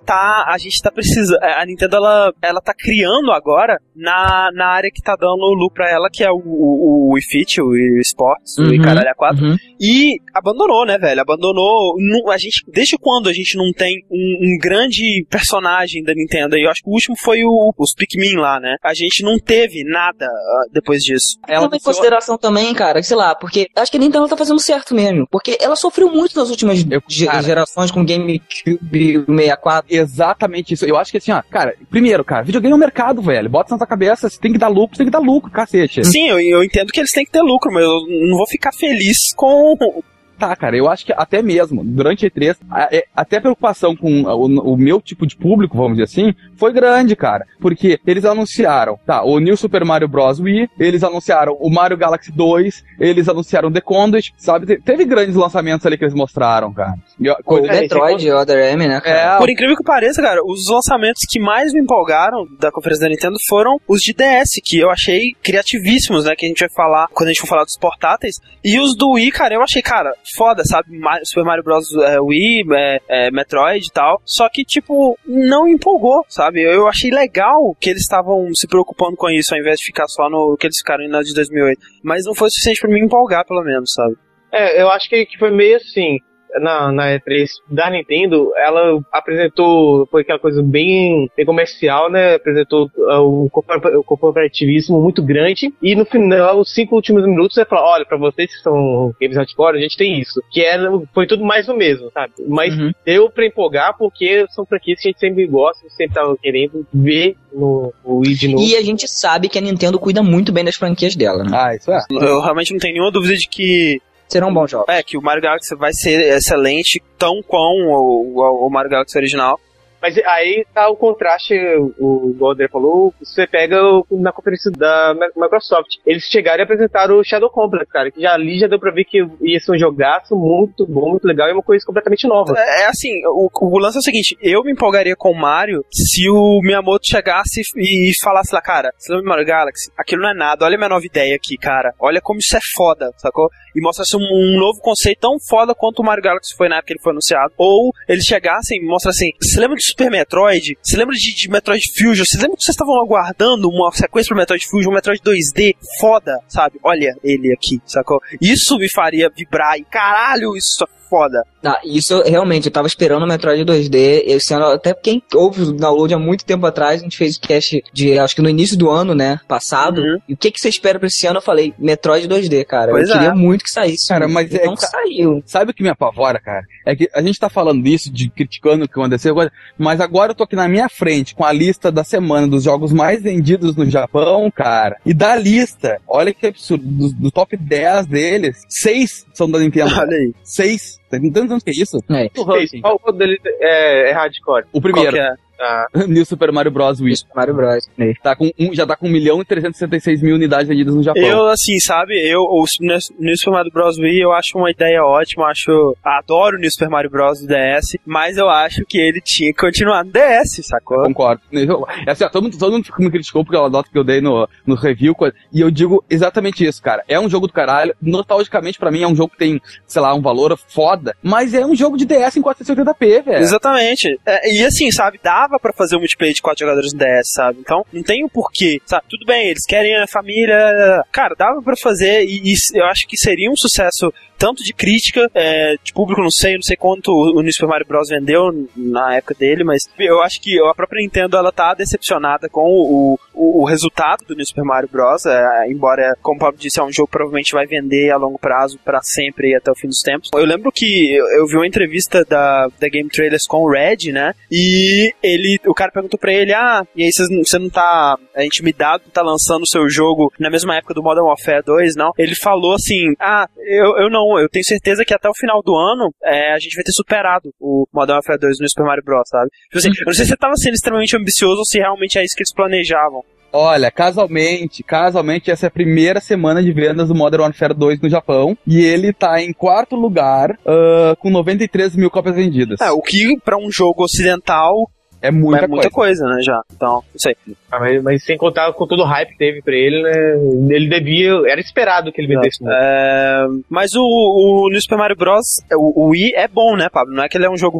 a gente tá precisando, a Nintendo, ela tá criando agora na área que tá dando lucro pra ela, que é o o Wii Fit, o Wii Sports, o Wii Caralho A4, e abandonou, né, velho? Abandonou. A gente, desde quando a gente não tem um grande personagem da Nintendo? E eu acho que o último foi os Pikmin lá, né? A gente não teve nada depois disso. Leva em consideração também, cara, sei lá, porque acho que a Nintendo tá fazendo certo mesmo, porque ela sofreu muito nas últimas gerações com GameCube 64. Exatamente isso. Eu acho que assim, ó, cara, primeiro, cara, videogame é um mercado, velho. Bota na tua cabeça, se tem que dar lucro, cacete. Sim, eu entendo que eles têm que ter lucro, mas eu não vou ficar feliz com... Tá, cara, eu acho que até mesmo, durante a E3, até a preocupação com o meu tipo de público, vamos dizer assim, foi grande, cara. Porque eles anunciaram, o New Super Mario Bros. Wii, eles anunciaram o Mario Galaxy 2, eles anunciaram The Conduit, sabe? Teve grandes lançamentos ali que eles mostraram, cara. O Metroid, o Other M, né, cara? Por incrível que pareça, cara, os lançamentos que mais me empolgaram da conferência da Nintendo foram os de DS, que eu achei criativíssimos, né, que a gente vai falar quando a gente for falar dos portáteis. E os do Wii, cara, eu achei, cara, foda, sabe? Super Mario Bros. Wii, Metroid e tal. Só que, tipo, não empolgou, sabe? Eu achei legal que eles estavam se preocupando com isso, ao invés de ficar só no que eles ficaram na de 2008. Mas não foi o suficiente pra me empolgar, pelo menos, sabe? Eu acho que foi meio assim. Na E3 da Nintendo, ela apresentou, foi aquela coisa bem comercial, né? Apresentou um corporativismo muito grande, e no final, os 5 últimos minutos, ela falou, olha, pra vocês que são games hardcore, a gente tem isso. Foi tudo mais o mesmo, sabe? Mas deu pra empolgar, porque são franquias que a gente sempre gosta, sempre tava querendo ver no Wii de novo. E a gente sabe que a Nintendo cuida muito bem das franquias dela, né? Isso é. Eu realmente não tenho nenhuma dúvida de que serão bons jogos. Que o Mario Galaxy vai ser excelente, tão com o Mario Galaxy original. Mas aí tá o contraste, o Golder falou, você pega na conferência da Microsoft. Eles chegaram e apresentaram o Shadow Complex, cara, que já deu pra ver que ia ser um jogaço muito bom, muito legal, e uma coisa completamente nova. Assim, o lance é o seguinte, eu me empolgaria com o Mario se o Miyamoto chegasse e falasse lá, cara, você lembra do Mario Galaxy? Aquilo não é nada, olha a minha nova ideia aqui, cara, olha como isso é foda, sacou? E mostrasse um novo conceito tão foda quanto o Mario Galaxy foi na época que ele foi anunciado. Ou eles chegassem e mostrassem, você lembra de Super Metroid? Você lembra de Metroid Fusion? Vocês lembram que vocês estavam aguardando uma sequência pro Metroid Fusion, um Metroid 2D foda, sabe? Olha ele aqui, sacou? Isso me faria vibrar e caralho, isso é foda. Isso realmente, eu tava esperando o Metroid 2D, esse ano, até quem ouve o download há muito tempo atrás, a gente fez o cast acho que no início do ano, né, passado, e o que você espera pra esse ano? Eu falei, Metroid 2D, cara, eu queria muito que saísse. Cara, mas não saiu. Sabe o que me apavora, cara? É que a gente tá falando disso, criticando o que aconteceu, mas agora eu tô aqui na minha frente, com a lista da semana dos jogos mais vendidos no Japão, cara, e da lista, olha que absurdo, do top 10 deles, 6 são da Nintendo. Olha aí. 6. Tá entendendo o que é isso? Qual deles é hardcore? O primeiro. Qual que é? New Super Mario Bros. Wii. Super Mario Bros. Já tá com 1.366.000 unidades vendidas no Japão. Eu, assim, sabe, o New Super Mario Bros. Wii eu acho uma ideia ótima, adoro o New Super Mario Bros. DS, mas eu acho que ele tinha que continuar no DS, sacou? Eu concordo. Assim, todo mundo me criticou porque a nota que eu dei no review, e eu digo exatamente isso, cara. É um jogo do caralho, nostalgicamente pra mim é um jogo que tem, sei lá, um valor foda, mas é um jogo de DS em 480p, velho. Exatamente. E assim, sabe, dava pra fazer um multiplayer de 4 jogadores no DS, sabe? Então, não tem o porquê, sabe? Tudo bem, eles querem a família... Cara, dava pra fazer e eu acho que seria um sucesso tanto de crítica, de público, não sei quanto o New Super Mario Bros. Vendeu na época dele, mas eu acho que a própria Nintendo, ela tá decepcionada com o resultado do New Super Mario Bros. Embora, como o Pablo disse, é um jogo que provavelmente vai vender a longo prazo pra sempre e até o fim dos tempos. Eu lembro que eu vi uma entrevista da Game Trailers com o Red, né? E o cara perguntou pra ele, e aí você não tá intimidado de tá lançando o seu jogo na mesma época do Modern Warfare 2, não? Ele falou assim, eu tenho certeza que até o final do ano a gente vai ter superado o Modern Warfare 2 no Super Mario Bros, sabe? Tipo assim, eu não sei se você tava sendo extremamente ambicioso ou se realmente é isso que eles planejavam. Olha, casualmente, essa é a primeira semana de vendas do Modern Warfare 2 no Japão, e ele tá em 4º lugar, com 93 mil cópias vendidas. O que pra um jogo ocidental é muita coisa, né, já. Então, não sei. Mas sem contar com todo o hype que teve pra ele, né, era esperado que ele vendesse muito. Mas o New Super Mario Bros, o Wii é bom, né, Pablo? Não é que ele é um jogo ruim.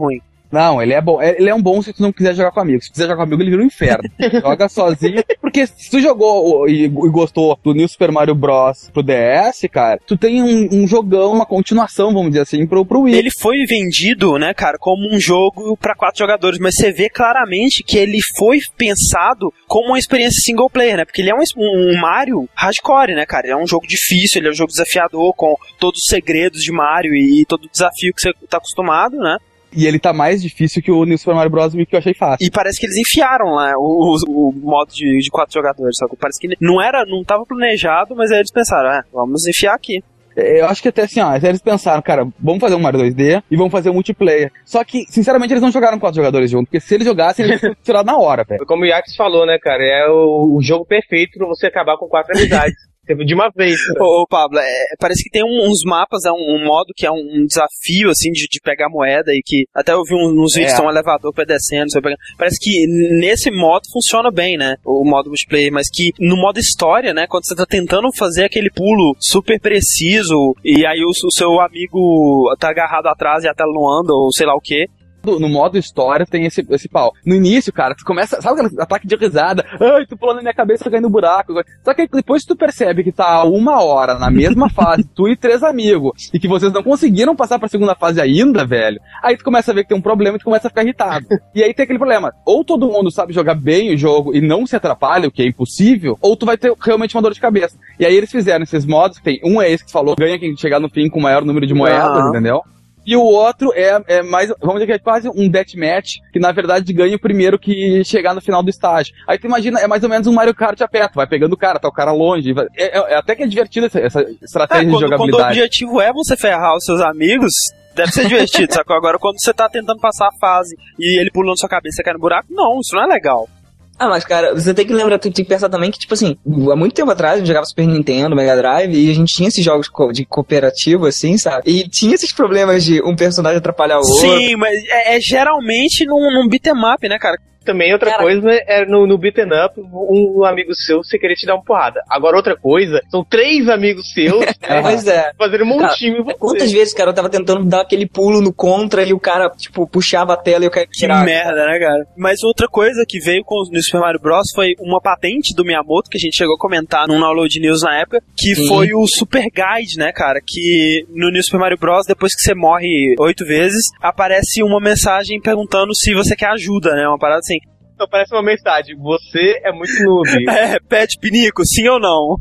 Não, ele é bom. Ele é um bom se tu não quiser jogar com amigos. Se quiser jogar com amigo, ele vira um inferno. Joga sozinho. Porque se tu jogou e gostou do New Super Mario Bros. Pro DS, cara, tu tem um jogão, uma continuação, vamos dizer assim, pro Wii. Ele foi vendido, né, cara, como um jogo pra 4 jogadores, mas você vê claramente que ele foi pensado como uma experiência single player, né, porque ele é um Mario hardcore, né, cara, ele é um jogo difícil, ele é um jogo desafiador, com todos os segredos de Mario e todo o desafio que você tá acostumado, né. E ele tá mais difícil que o New Super Mario Bros. Wii, que eu achei fácil. E parece que eles enfiaram lá o modo de 4 jogadores, sabe? Parece que não tava planejado, mas aí eles pensaram, vamos enfiar aqui. Eu acho que até assim, eles pensaram, cara, vamos fazer um Mario 2D e vamos fazer um multiplayer. Só que, sinceramente, eles não jogaram 4 jogadores juntos, porque se eles jogassem, eles iam tirar na hora, velho. Como o Yax falou, né, cara, é o jogo perfeito pra você acabar com 4 amizades. De uma vez. Ô Pablo, parece que tem uns mapas, um modo que é um desafio, assim, de pegar moeda e que até eu vi uns vídeos que tem um elevador descendo, parece que nesse modo funciona bem, né, o modo multiplayer, mas que no modo história, né, quando você tá tentando fazer aquele pulo super preciso e aí o seu amigo tá agarrado atrás e a tela não anda ou sei lá o que. No modo história tem esse pau. No início, cara, tu começa, sabe aquele ataque de risada? Ai, tu pulando na minha cabeça, caindo no buraco. Só que depois tu percebe que tá há 1 hora na mesma fase, tu e 3 amigos, e que vocês não conseguiram passar pra segunda fase ainda, velho, aí tu começa a ver que tem um problema e tu começa a ficar irritado. E aí tem aquele problema, ou todo mundo sabe jogar bem o jogo e não se atrapalha, o que é impossível, ou tu vai ter realmente uma dor de cabeça. E aí eles fizeram esses modos, que tem um é esse que tu falou, ganha quem chegar no fim com o maior número de moedas, entendeu? E o outro é mais, vamos dizer que é quase um deathmatch, que na verdade ganha o primeiro que chegar no final do estágio. Aí tu imagina, é mais ou menos um Mario Kart a pé, tu vai pegando o cara, tá o cara longe. Até que é divertido essa estratégia de jogabilidade. Quando o objetivo é você ferrar os seus amigos, deve ser divertido, sacou? Agora quando você tá tentando passar a fase e ele pulando na sua cabeça e você cai no buraco, não, isso não é legal. Mas cara, você tem que lembrar, tem que pensar também que, tipo assim, há muito tempo atrás a gente jogava Super Nintendo, Mega Drive, e a gente tinha esses jogos de cooperativo, assim, sabe? E tinha esses problemas de um personagem atrapalhar o outro. Sim, mas geralmente num beat'em up, né, cara? Também outra coisa é no beaten up, um amigo seu você querer te dar uma porrada. Agora outra coisa, são 3 amigos seus pois é. fazendo um montinho. Quantas vezes, cara, eu tava tentando dar aquele pulo no contra e o cara, tipo, puxava a tela e eu caía. Que merda, né, cara? Mas outra coisa que veio com o Super Mario Bros. Foi uma patente do Miyamoto, que a gente chegou a comentar num Download News na época, que foi o Super Guide, né, cara? Que no New Super Mario Bros., depois que você morre 8 vezes, aparece uma mensagem perguntando se você quer ajuda, né? Uma parada assim. Então parece uma mensagem, você é muito noob. Pede pinico, sim ou não?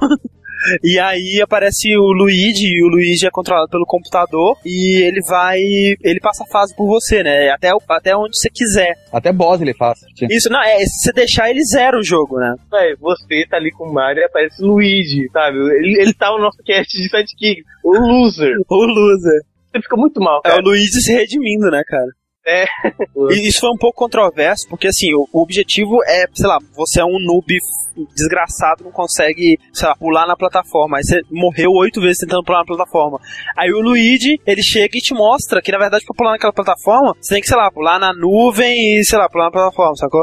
E aí aparece o Luigi, e o Luigi é controlado pelo computador, e ele passa a fase por você, né? Até onde você quiser. Até boss ele faz. Isso, não, se você deixar, ele zera o jogo, né? Você tá ali com o Mario e aparece o Luigi, sabe? Ele tá no nosso cast de Sidekick, o loser. O loser. Você fica muito mal, cara. É o Luigi se redimindo, né, cara? E isso foi um pouco controverso, porque assim, o objetivo é, sei lá, você é um noob desgraçado, não consegue, sei lá, pular na plataforma, aí você morreu 8 vezes tentando pular na plataforma. Aí o Luigi, ele chega e te mostra que na verdade pra pular naquela plataforma, você tem que, sei lá, pular na nuvem e, sei lá, pular na plataforma, sacou?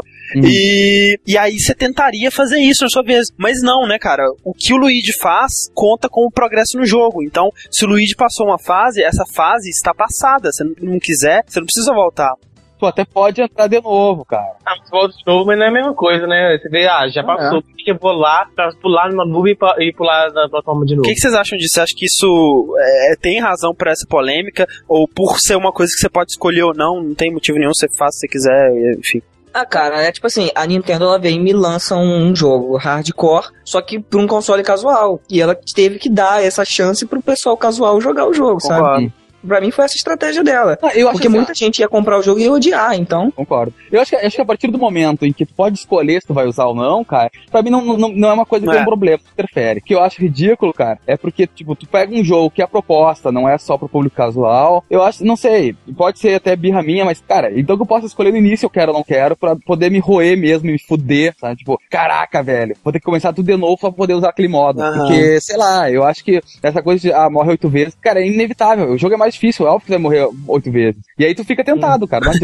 E aí você tentaria fazer isso na sua vez, mas não, né, cara? O que o Luigi faz conta como progresso no jogo. Então, se o Luigi passou uma fase, essa fase está passada. Se não quiser, você não precisa voltar. Tu até pode entrar de novo, cara. Você volta de novo, mas não é a mesma coisa, né? Você vê, já passou, por que eu vou lá pra pular numa nuvem e pular na plataforma de novo? O que vocês acham disso? Você acha que isso tem razão pra essa polêmica? Ou por ser uma coisa que você pode escolher ou não tem motivo nenhum, você faz se você quiser, enfim? Cara, é tipo assim, a Nintendo ela vem e me lança um jogo hardcore, só que pra um console casual. E ela teve que dar essa chance pro pessoal casual jogar o jogo, sabe? Pra mim foi essa estratégia dela. Porque muita gente ia comprar o jogo e ia odiar, então... Concordo. Eu acho que a partir do momento em que tu pode escolher se tu vai usar ou não, cara, pra mim não é uma coisa que tem um problema, que interfere. O que eu acho ridículo, cara, é porque, tipo, tu pega um jogo que a proposta não é só pro público casual, eu acho, não sei, pode ser até birra minha, mas, cara, então que eu posso escolher no início eu quero ou não quero, pra poder me roer mesmo, me fuder, sabe? Tipo, caraca, velho, vou ter que começar tudo de novo pra poder usar aquele modo. Porque, sei lá, eu acho que essa coisa de, morre 8 vezes, cara, é inevitável. O jogo é mais difícil, é óbvio que você vai morrer 8 vezes. E aí tu fica tentado, cara, não adianta.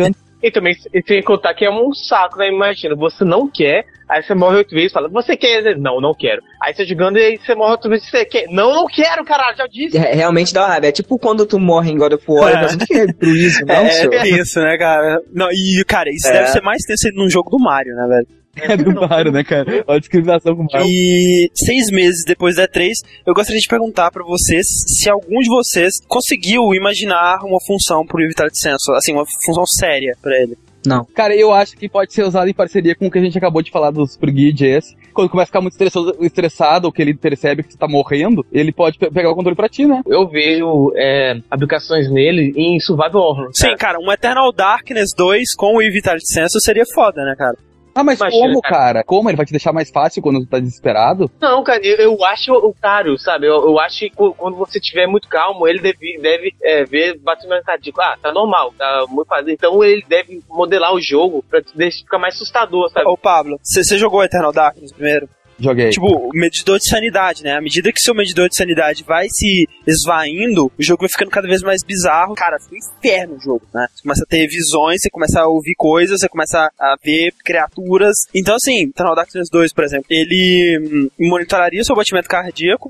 E também tem que contar que é um saco, né? Imagina, você não quer, aí você morre 8 vezes e fala, você quer? Não, não quero. Aí você jogando e aí você morre 8 vezes, você quer? Não, não quero, caralho, já disse. Realmente dá uma raiva. É tipo quando tu morre em God of War, mas não quer pro isso, não, senhor. É isso, né, cara? Não, e, cara, isso deve ser mais tenso num jogo do Mario, né, velho? É do Mario, né, cara? Olha a discriminação com o Mario. E 6 meses depois da E3, eu gostaria de perguntar pra vocês se algum de vocês conseguiu imaginar uma função pro Vitality Senso, assim, uma função séria pra ele. Não. Cara, eu acho que pode ser usado em parceria com o que a gente acabou de falar do Super Guide esse. Quando começa a ficar muito estressado, ou que ele percebe que você tá morrendo, ele pode pegar o controle pra ti, né? Eu vejo aplicações nele em Survival Horror. Sim, cara, um Eternal Darkness 2 com o Vitality Senso seria foda, né, cara? Ah, mas como, cara? Como? Ele vai te deixar mais fácil quando tu tá desesperado? Não, cara, eu acho caro, sabe? Eu acho que quando você estiver muito calmo, ele deve ver batimento cardíaco. Ah, tá normal, tá muito fácil. Então ele deve modelar o jogo pra ficar mais assustador, sabe? Ô, Pablo, você jogou Eternal Darkness primeiro? Joguei. Tipo, o medidor de sanidade, né? À medida que seu medidor de sanidade vai se esvaindo, o jogo vai ficando cada vez mais bizarro. Cara, fica um inferno o jogo, né? Você começa a ter visões, você começa a ouvir coisas, você começa a ver criaturas. Então, assim, Eternal Darkness 2, por exemplo, ele monitoraria o seu batimento cardíaco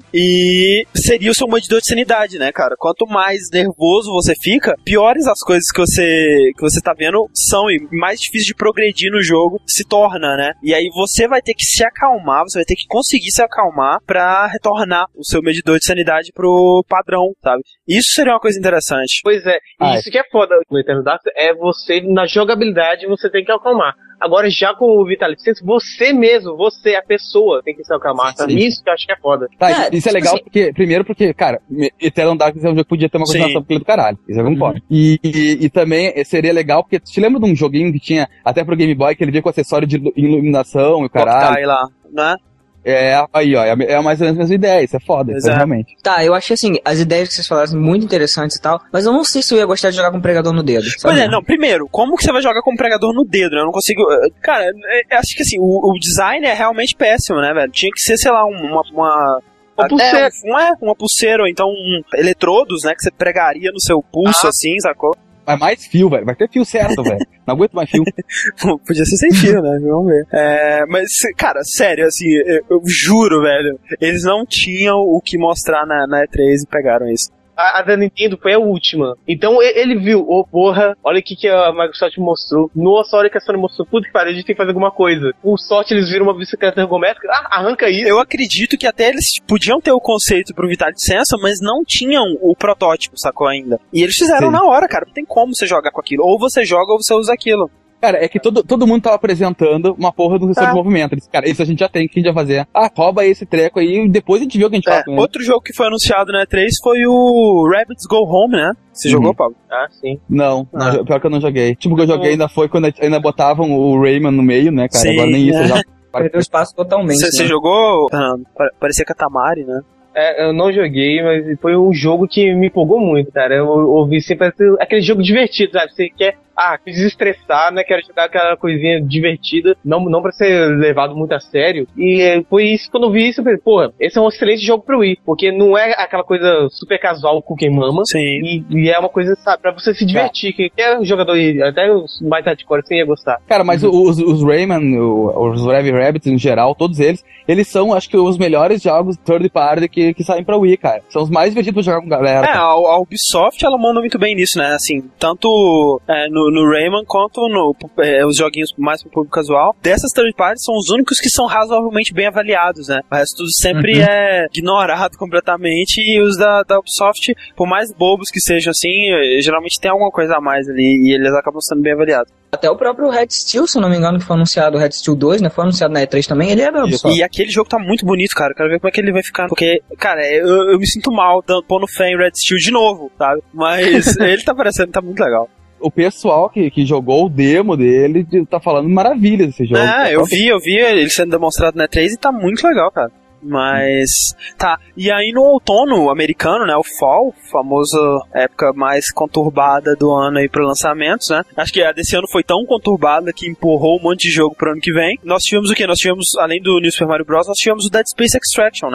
e seria o seu medidor de sanidade, né, cara? Quanto mais nervoso você fica, piores as coisas que você tá vendo são e mais difícil de progredir no jogo se torna, né? E aí você vai ter que se acalmar, você vai ter que conseguir se acalmar pra retornar o seu medidor de sanidade pro padrão, sabe? Isso seria uma coisa interessante. Pois é, e isso que é foda no Eternal Darkness é você, na jogabilidade, você tem que acalmar. Agora, já com o Vitality Senso, você mesmo, você, a pessoa, tem que se acalmar, sabe? Isso que eu acho que é foda. Tá, isso é legal porque, cara, Eternal Darkness é um jogo que podia ter uma continuação do caralho. Isso eu concordo. E também seria legal, porque te lembra de um joguinho que tinha até pro Game Boy, que ele veio com acessório de iluminação e o caralho? Tá aí lá, né? Aí, ó, é mais ou menos a mesma ideia, isso é foda, isso é realmente. Tá, eu achei assim, as ideias que vocês falaram são muito interessantes e tal, mas eu não sei se eu ia gostar de jogar com um pregador no dedo. Pois é, não, primeiro, como que você vai jogar com um pregador no dedo, né? Eu não consigo... Cara, acho que assim, o design é realmente péssimo, né, velho? Tinha que ser, sei lá, uma pulseira. Uma pulseira, ou então eletrodos, né, que você pregaria no seu pulso, assim, sacou? Mas mais fio, velho. Vai ter fio certo, velho. Não aguento mais fio. Podia ser sem fio, né? Vamos ver. Mas, cara, sério, assim, eu juro, velho. Eles não tinham o que mostrar na E3 e pegaram isso. A da Nintendo foi a última. Então ele viu, porra, olha o que a Microsoft mostrou. Nossa, olha que a Sony mostrou. Puta que pariu, a gente tem que fazer alguma coisa. Por sorte, eles viram uma bicicleta ergométrica. Arranca isso. Eu acredito que até eles podiam ter o conceito pro Vitality Senso, mas não tinham o protótipo, sacou ainda? E eles fizeram na hora, cara. Não tem como você jogar com aquilo. Ou você joga ou você usa aquilo. Cara, é que todo mundo tava apresentando uma porra do sensor de movimento. Eles, cara, isso a gente já tem, o que a gente vai fazer? Rouba esse treco aí e depois a gente vê o que a gente faz com ele. Outro jogo que foi anunciado na E3 foi o Rabbids Go Home, né? Você jogou, Paulo? Ah, sim. Não, pior que eu não joguei. Tipo, o que eu joguei ainda foi quando ainda botavam o Rayman no meio, né, cara? Sim, agora nem isso, já... Perdeu espaço totalmente. Você jogou, Fernando? Parecia Katamari, né? Eu não joguei, mas foi um jogo que me empolgou muito, cara. Eu ouvi sempre aquele jogo divertido, sabe? Você quer desestressar, né? Quero jogar aquela coisinha divertida, não pra ser levado muito a sério. E foi isso, quando eu vi isso, eu falei, porra, esse é um excelente jogo pra Wii, porque não é aquela coisa super casual com quem mama. Sim. E é uma coisa, sabe, pra você se divertir. Quem é jogador, até os mais hardcore, você ia gostar. Cara, mas os Rayman, os Rabbids em geral, todos eles são, acho que, os melhores jogos third party que saem pra Wii, cara. São os mais divertidos pra jogar com galera. A Ubisoft, ela manda muito bem nisso, né? Assim, tanto no Rayman quanto os joguinhos mais pro público casual. Dessas third parties são os únicos que são razoavelmente bem avaliados, né? O resto tudo sempre é ignorado completamente, e os da Ubisoft, por mais bobos que sejam assim, geralmente tem alguma coisa a mais ali, e eles acabam sendo bem avaliados. Até o próprio Red Steel, se eu não me engano, que foi anunciado, o Red Steel 2, né? Foi anunciado na E3 também, ele é da Ubisoft. E aquele jogo tá muito bonito, cara. Eu quero ver como é que ele vai ficar. Porque, cara, eu me sinto mal pondo fé em Red Steel de novo, sabe? Mas ele tá parecendo, tá muito legal. O pessoal que jogou o demo dele tá falando maravilhas desse jogo. Eu vi ele sendo demonstrado na E3 e tá muito legal, cara. Mas, tá, e aí no outono americano, né, o Fall, famosa época mais conturbada do ano aí para lançamentos, né, acho que a desse ano foi tão conturbada que empurrou um monte de jogo pro ano que vem. Nós tivemos o quê? Nós tivemos, além do New Super Mario Bros., nós tivemos o Dead Space Extraction, né.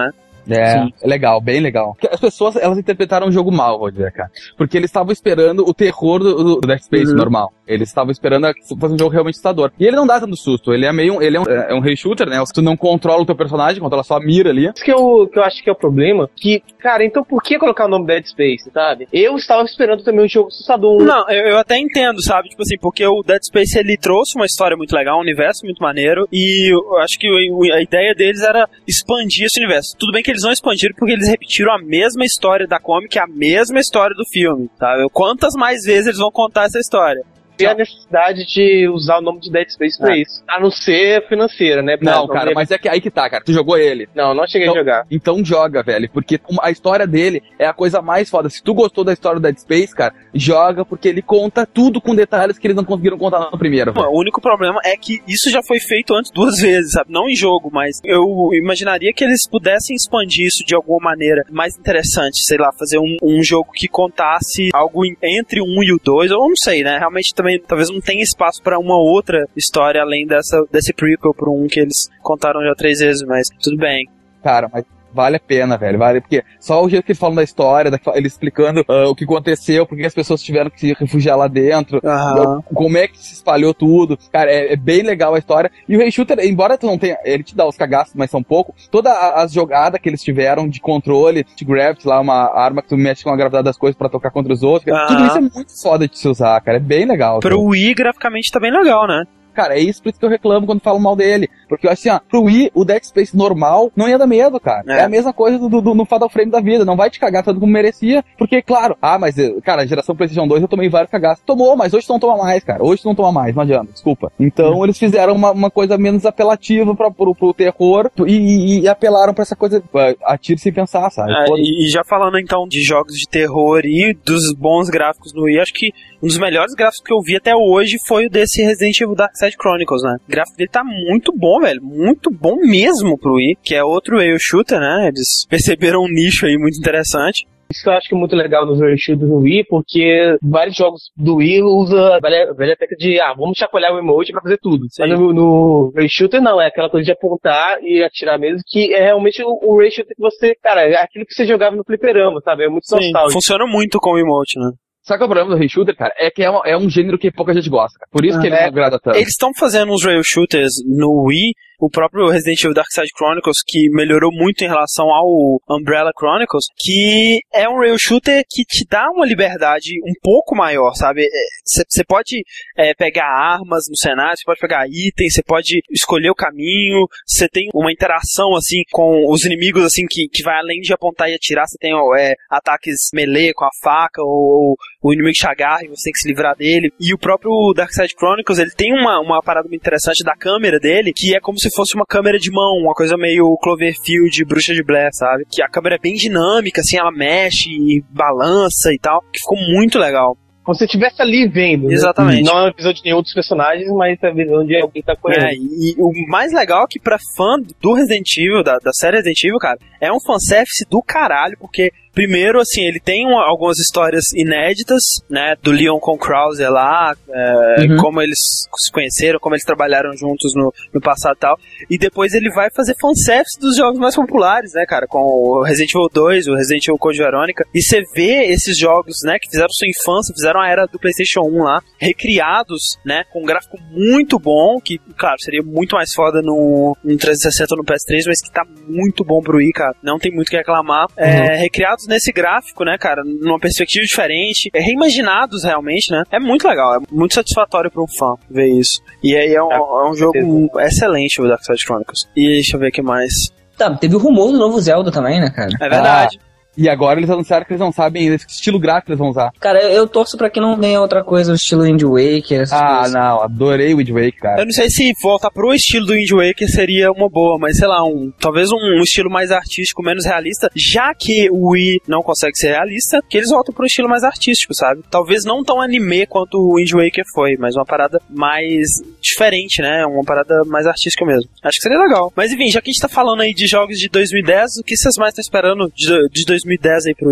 É legal, bem legal. As pessoas, elas interpretaram o jogo mal, vou dizer, cara. Porque eles estavam esperando o terror do Dead Space normal. Eles estavam esperando fazer um jogo realmente assustador. E ele não dá tanto susto. Ele é meio um rail shooter, né? Tu não controla o teu personagem, controla só a mira ali. Isso que eu acho que é o problema. Que, cara, então por que colocar o nome Dead Space, sabe? Eu estava esperando também um jogo assustador. Não, eu até entendo, sabe? Tipo assim, porque o Dead Space, ele trouxe uma história muito legal, um universo muito maneiro, e eu acho que a ideia deles era expandir esse universo. Tudo bem que eles não expandiram porque eles repetiram a mesma história da comic, a mesma história do filme, sabe? Quantas mais vezes eles vão contar essa história? Tem a necessidade de usar o nome de Dead Space pra isso. A não ser financeira, né? Não, cara, mas é que aí que tá, cara. Tu jogou ele. Não cheguei a jogar. Então joga, velho. Porque a história dele é a coisa mais foda. Se tu gostou da história do Dead Space, cara, joga, porque ele conta tudo com detalhes que eles não conseguiram contar no primeiro. Velho. O único problema é que isso já foi feito antes 2 vezes, sabe? Não em jogo, mas eu imaginaria que eles pudessem expandir isso de alguma maneira mais interessante. Sei lá, fazer um jogo que contasse algo entre o 1 e o 2, ou não sei, né? Realmente também, talvez não tenha espaço pra uma outra história além desse prequel pro 1 que eles contaram já 3 vezes, mas tudo bem. Cara, mas vale a pena, velho, vale, porque só o jeito que eles falam da história, eles explicando o que aconteceu, porque as pessoas tiveram que se refugiar lá dentro, como é que se espalhou tudo, cara, é bem legal a história, e o Ray Shooter, embora tu não tenha, ele te dá os cagaços, mas são pouco, toda as jogadas que eles tiveram de controle, de gravity, lá uma arma que tu mexe com a gravidade das coisas pra tocar contra os outros, tudo isso é muito foda de se usar, cara, é bem legal. Pro Wii, graficamente tá bem legal, né? Cara, é isso por isso que eu reclamo quando falam mal dele. Porque, assim, pro Wii, o Dead Space normal não ia dar medo, cara. É a mesma coisa no Fatal Frame da vida. Não vai te cagar tanto como merecia. Porque, claro, mas, cara, a geração PlayStation 2 eu tomei vários cagaços. Tomou, mas hoje tu não toma mais, cara. Hoje tu não toma mais, não adianta, desculpa. Então, eles fizeram uma coisa menos apelativa pro terror e apelaram pra essa coisa, atire sem pensar, sabe? E já falando, então, de jogos de terror e dos bons gráficos no Wii, acho que um dos melhores gráficos que eu vi até hoje foi o desse Resident Evil Dark Side Chronicles, né? O gráfico dele tá muito bom, velho. Muito bom mesmo pro Wii, que é outro rail shooter, né? Eles perceberam um nicho aí muito interessante. Isso que eu acho que é muito legal nos rail shooters no Wii, porque vários jogos do Wii usa a velha técnica de, vamos chacoalhar o emote pra fazer tudo. Sim. Mas no rail shooter não, é aquela coisa de apontar e atirar mesmo, que é realmente o rail shooter que você, cara, é aquilo que você jogava no fliperama, sabe? É muito nostálgico. Funciona muito com o emote, né? Sabe qual é o problema do Ray Shooter, cara? É que é um gênero que pouca gente gosta, cara. Por isso que ele não agrada tanto. Eles estão fazendo uns rail shooters no Wii, o próprio Resident Evil Dark Side Chronicles, que melhorou muito em relação ao Umbrella Chronicles, que é um rail shooter que te dá uma liberdade um pouco maior, sabe? Você pode pegar armas no cenário, você pode pegar itens, você pode escolher o caminho, você tem uma interação, assim, com os inimigos, assim, que vai além de apontar e atirar, você tem ataques melee com a faca, ou o inimigo te agarra e você tem que se livrar dele. E o próprio Dark Side Chronicles, ele tem uma parada muito interessante da câmera dele, que é como se fosse uma câmera de mão, uma coisa meio Cloverfield, Bruxa de Blair, sabe? Que a câmera é bem dinâmica, assim, ela mexe e balança e tal, que ficou muito legal. Como se você estivesse ali vendo. Exatamente. Né? Não é a visão de nenhum dos personagens, mas a visão de alguém que tá com ele. E o mais legal é que pra fã do Resident Evil, da série Resident Evil, cara, é um fanservice do caralho, porque primeiro, assim, ele tem algumas histórias inéditas, né, do Leon com Krauser lá, como eles se conheceram, como eles trabalharam juntos no passado e tal, e depois ele vai fazer fanservice dos jogos mais populares, né, cara, com o Resident Evil 2, o Resident Evil Code Veronica, e você vê esses jogos, né, que fizeram sua infância, fizeram a era do PlayStation 1 lá, recriados, né, com um gráfico muito bom, que, claro, seria muito mais foda no 360 ou no PS3, mas que tá muito bom pro Wii, cara, não tem muito o que reclamar, recriados nesse gráfico, né, cara, numa perspectiva diferente, reimaginados realmente, né, é muito legal, é muito satisfatório para um fã ver isso. E aí é um jogo excelente, o Dark Side Chronicles. E deixa eu ver o que mais. Tá, teve o rumor do novo Zelda também, né, cara? É verdade. E agora eles anunciaram que eles não sabem ainda que estilo gráfico eles vão usar. Cara, eu torço pra que não venha outra coisa, o estilo Wind Waker. Não, adorei o Wind Waker, cara. Eu não sei se voltar pro estilo do Wind Waker seria uma boa, mas sei lá, talvez um estilo mais artístico, menos realista, já que o Wii não consegue ser realista, que eles voltam pro estilo mais artístico, sabe? Talvez não tão anime quanto o Wind Waker foi, mas uma parada mais diferente, né? Uma parada mais artística mesmo. Acho que seria legal. Mas enfim, já que a gente tá falando aí de jogos de 2010, o que vocês mais estão esperando de 2010 aí pro Wii?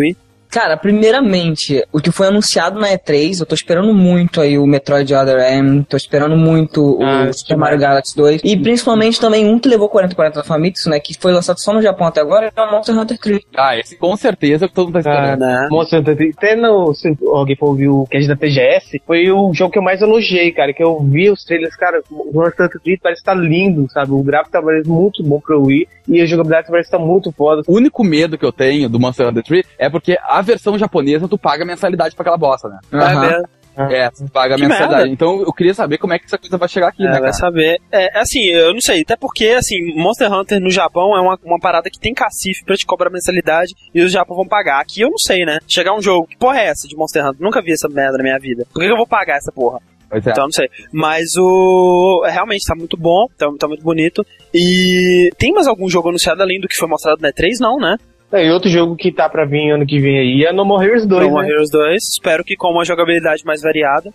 Cara, primeiramente, o que foi anunciado na E3, eu tô esperando muito aí o Metroid Other M, tô esperando muito o Super Mario Galaxy 2, e principalmente também um que levou 4040 da Famitsu, né, que foi lançado só no Japão até agora, é o Monster Hunter 3. Esse com certeza é o que todo mundo tá esperando. Né? Monster Hunter 3, até se alguém for ouvir o cast da TGS, foi o jogo que eu mais elogiei, cara, que eu vi os trailers, cara, o Monster Hunter 3 parece estar lindo, sabe, o gráfico tá muito bom pro Wii, e a jogabilidade parece estar muito foda. O único medo que eu tenho do Monster Hunter 3 é porque a versão japonesa tu paga mensalidade pra aquela bosta, né? Tu paga a mensalidade. Merda. Então eu queria saber como é que essa coisa vai chegar aqui, né, cara? Vai saber. Assim, eu não sei, até porque, assim, Monster Hunter no Japão é uma parada que tem cacife pra te cobrar mensalidade e os Japão vão pagar. Aqui eu não sei, né? Chegar um jogo, que porra é essa de Monster Hunter? Nunca vi essa merda na minha vida. Por que eu vou pagar essa porra? Então eu não sei. Mas realmente tá muito bom, tá muito bonito. E tem mais algum jogo anunciado além do que foi mostrado na E3? Não, né? E outro jogo que tá pra vir ano que vem aí é No More Heroes 2, No More Heroes 2, espero que com uma jogabilidade mais variada.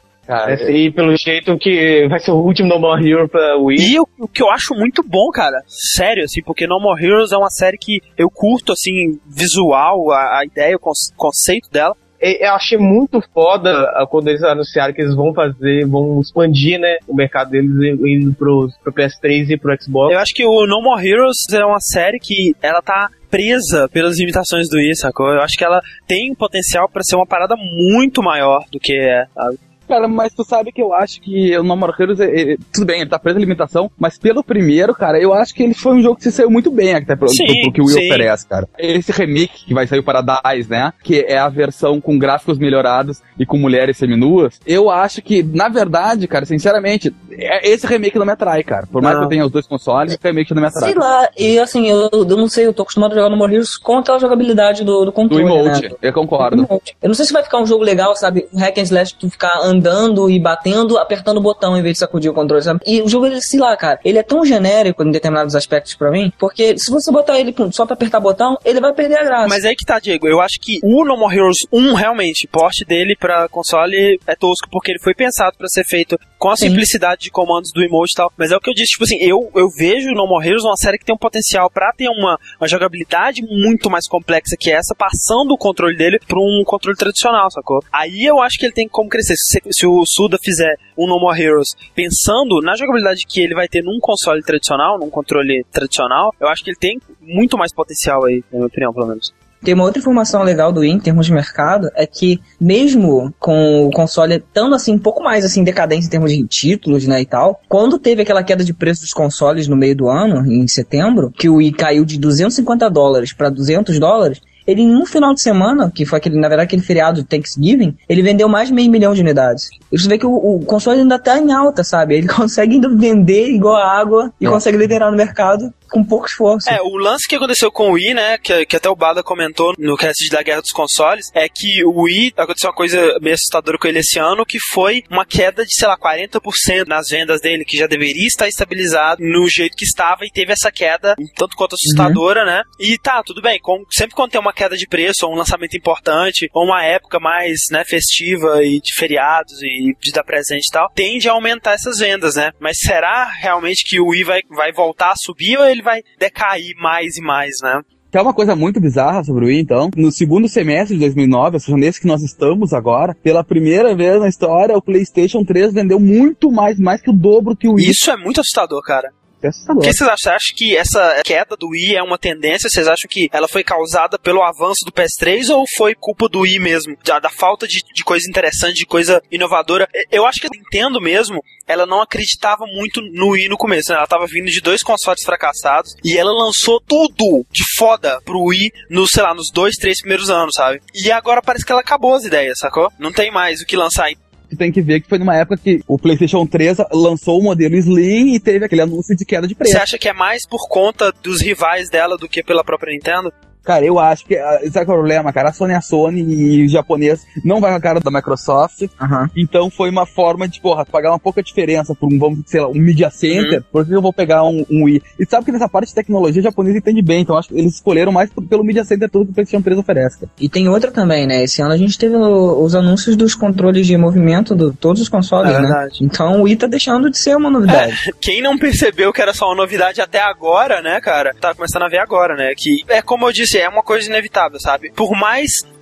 E pelo jeito que vai ser o último No More Heroes pra Wii. E o que eu acho muito bom, cara, sério, assim, porque No More Heroes é uma série que eu curto, assim, visual, a ideia, o conceito dela. Eu achei muito foda quando eles anunciaram que eles vão expandir, né, o mercado deles indo pro PS3 e pro Xbox. Eu acho que o No More Heroes é uma série que ela tá presa pelas limitações do Wii, sacou? Eu acho que ela tem potencial pra ser uma parada muito maior do que sabe? Cara, mas tu sabe que eu acho que o No More Heroes, tudo bem, ele tá preso à limitação, mas pelo primeiro, cara, eu acho que ele foi um jogo que se saiu muito bem até pro que o Wii oferece, cara. Esse remake que vai sair o Paradise, né, que é a versão com gráficos melhorados e com mulheres seminuas, eu acho que, na verdade, cara, sinceramente, esse remake não me atrai, cara. Por mais que eu tenha os dois consoles, esse remake não me atrai. Sei lá, e assim, eu não sei, eu tô acostumado a jogar No More Heroes com aquela jogabilidade do controle, do emote, né? Eu concordo. Eu não sei se vai ficar um jogo legal, sabe, um hack and slash, tu ficar andando e batendo, apertando o botão em vez de sacudir o controle, sabe? E o jogo, ele, sei lá, cara, ele é tão genérico em determinados aspectos pra mim, porque se você botar ele só pra apertar botão, ele vai perder a graça. Mas aí que tá, Diego, eu acho que o No More Heroes 1, realmente, o porte dele pra console é tosco, porque ele foi pensado pra ser feito com a simplicidade de comandos do emote e tal, mas é o que eu disse, tipo assim, eu vejo No More Heroes uma série que tem um potencial pra ter uma jogabilidade muito mais complexa que essa, passando o controle dele pra um controle tradicional, sacou? Aí eu acho que ele tem como crescer. Se o Suda fizer um No More Heroes pensando na jogabilidade que ele vai ter num console tradicional, num controle tradicional, eu acho que ele tem muito mais potencial aí, na minha opinião, pelo menos. Tem uma outra informação legal do Wii em termos de mercado, é que mesmo com o console estando assim um pouco mais assim decadente em termos de títulos, né, e tal, quando teve aquela queda de preço dos consoles no meio do ano, em setembro, que o Wii caiu de $250 para $200, ele, no final de semana, que foi aquele feriado de Thanksgiving, ele vendeu mais de 500 mil de unidades. Isso vê que o console ainda tá em alta, sabe? Ele consegue ainda vender igual a água e consegue liderar no mercado com pouco esforço. O lance que aconteceu com o Wii, né, que até o Bada comentou no cast da Guerra dos Consoles, é que o Wii, aconteceu uma coisa meio assustadora com ele esse ano, que foi uma queda de, sei lá, 40% nas vendas dele, que já deveria estar estabilizado no jeito que estava, e teve essa queda um tanto quanto assustadora, né? E tá, tudo bem, sempre quando tem uma queda de preço, ou um lançamento importante, ou uma época mais, né, festiva e de feriados e de dar presente e tal, tende a aumentar essas vendas, né? Mas será realmente que o Wii vai voltar a subir, ou ele vai decair mais e mais, né? Que é uma coisa muito bizarra sobre o Wii, então. No segundo semestre de 2009, ou seja, nesse que nós estamos agora, pela primeira vez na história, o PlayStation 3 vendeu muito mais que o dobro que o Wii. Isso é muito assustador, cara. O que vocês acham? Você acha que essa queda do Wii é uma tendência? Vocês acham que ela foi causada pelo avanço do PS3 ou foi culpa do Wii mesmo? Da falta de coisa interessante, de coisa inovadora? Eu acho que a Nintendo mesmo, ela não acreditava muito no Wii no começo, né? Ela tava vindo de 2 consoles fracassados e ela lançou tudo de foda pro Wii nos 2, 3 primeiros anos, sabe? E agora parece que ela acabou as ideias, sacou? Não tem mais o que lançar aí. Tu tem que ver que foi numa época que o PlayStation 3 lançou o modelo Slim e teve aquele anúncio de queda de preço. Você acha que é mais por conta dos rivais dela do que pela própria Nintendo? Cara, eu acho que... Sabe qual é o problema, cara? A Sony é a Sony e o japonês não vai com a cara da Microsoft. Então foi uma forma de, pagar uma pouca diferença por um Media Center. Por que eu vou pegar um Wii? E sabe que nessa parte de tecnologia o japonês entende bem. Então acho que eles escolheram mais pelo Media Center tudo que o PlayStation 3 oferece. Cara. E tem outra também, né? Esse ano a gente teve os anúncios dos controles de movimento de todos os consoles, né? Então o Wii tá deixando de ser uma novidade. Quem não percebeu que era só uma novidade até agora, né, cara? Tá começando a ver agora, né? Que é como eu disse, é uma coisa inevitável, sabe? Por mais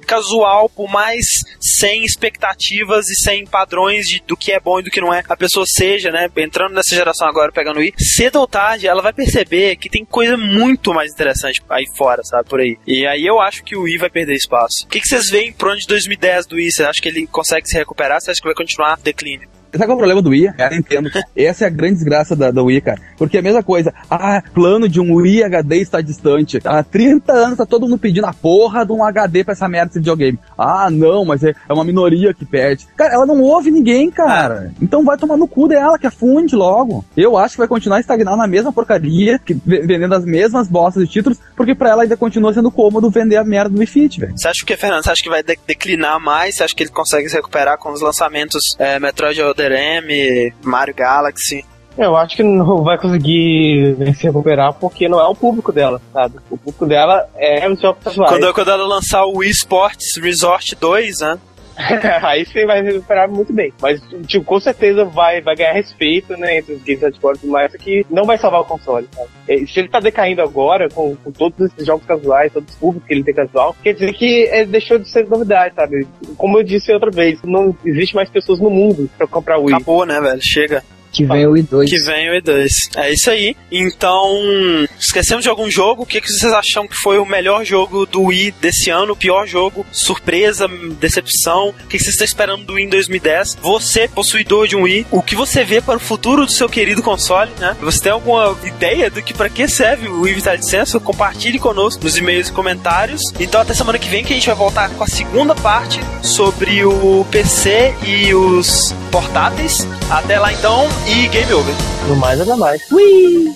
casual, por mais sem expectativas e sem padrões do que é bom e do que não é, a pessoa seja, né, entrando nessa geração agora, pegando o Wii, cedo ou tarde, ela vai perceber que tem coisa muito mais interessante aí fora, sabe, por aí. E aí eu acho que o Wii vai perder espaço. O que vocês veem pro ano de 2010 do Wii? Você acha que ele consegue se recuperar? Você acha que vai continuar declínio? Sabe qual é o problema do Wii? Eu entendo. Essa é a grande desgraça da Wii, cara. Porque é a mesma coisa. Plano de um Wii HD está distante. Há 30 anos tá todo mundo pedindo a porra de um HD pra essa merda desse videogame. Não, mas é uma minoria que pede. Cara, ela não ouve ninguém, cara. Então vai tomar no cu dela, que afunde logo. Eu acho que vai continuar estagnado na mesma porcaria, vendendo as mesmas bostas de títulos, porque pra ela ainda continua sendo cômodo vender a merda do Wii Fit, velho. Você acha que, Fernando, você acha que vai declinar mais? Você acha que ele consegue se recuperar com os lançamentos Metroid Other M, Mario Galaxy? Eu acho que não vai conseguir se recuperar porque não é o público dela, sabe? O público dela é os jogos casuais. Quando ela lançar o Wii Sports Resort 2, né? Aí você vai recuperar muito bem. Mas, tipo, com certeza vai ganhar respeito, né, entre os games hardcore e tudo mais, que não vai salvar o console, sabe? Se ele tá decaindo agora, com todos esses jogos casuais, todos os públicos que ele tem casual, quer dizer que ele deixou de ser novidade, sabe? Como eu disse outra vez, não existe mais pessoas no mundo pra comprar o Wii. Acabou, né, velho? Chega. Que vem o I2. Que vem o I2. É isso aí. Então, esquecemos de algum jogo? O que vocês acham que foi o melhor jogo do Wii desse ano? O pior jogo? Surpresa? Decepção? O que vocês estão esperando do Wii em 2010? Você, possuidor de um Wii, o que você vê para o futuro do seu querido console, né? Você tem alguma ideia do que para que serve o Wii Vitality Sensor? Compartilhe conosco nos e-mails e comentários. Então, até semana que vem que a gente vai voltar com a segunda parte sobre o PC e os portáteis. Até lá, então. E game over. No mais, nada mais. Ui!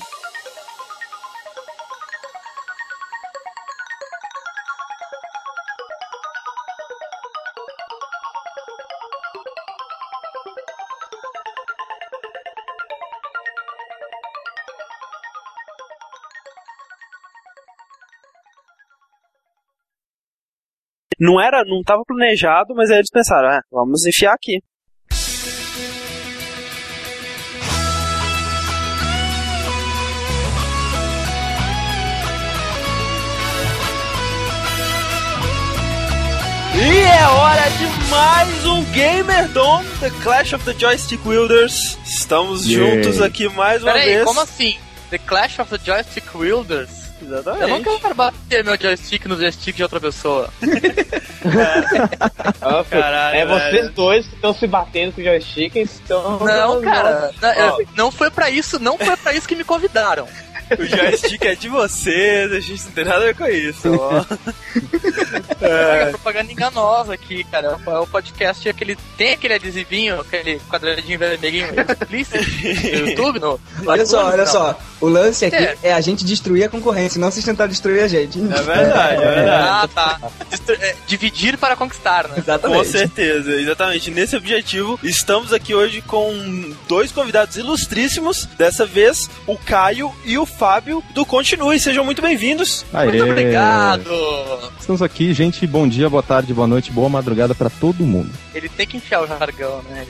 Não estava planejado, mas aí eles pensaram, vamos enfiar aqui. E é hora de mais um Gamerdome, The Clash of the Joystick Wielders. Estamos juntos aqui mais uma vez. Peraí, como assim? The Clash of the Joystick Wielders? Exatamente. Eu não quero bater meu joystick no joystick de outra pessoa. Caralho, vocês dois que estão se batendo com o joystick, então... Não, cara, não foi pra isso que me convidaram. O joystick é de vocês, a gente não tem nada a ver com isso, ó. É propaganda enganosa aqui, cara. O podcast tem aquele adesivinho, aquele quadradinho vermelhinho explícito no YouTube, Olha só. O lance aqui é a gente destruir a concorrência, não vocês tentar destruir a gente. É verdade. Ah, tá. Dividir para conquistar, né? Exatamente. Com certeza, exatamente. Nesse objetivo, estamos aqui hoje com dois convidados ilustríssimos. Dessa vez, o Caio e o Fábio do Continue. Sejam muito bem-vindos. Muito obrigado. Estamos aqui, gente. Bom dia, boa tarde, boa noite, boa madrugada pra todo mundo. Ele tem que enfiar o jargão, né?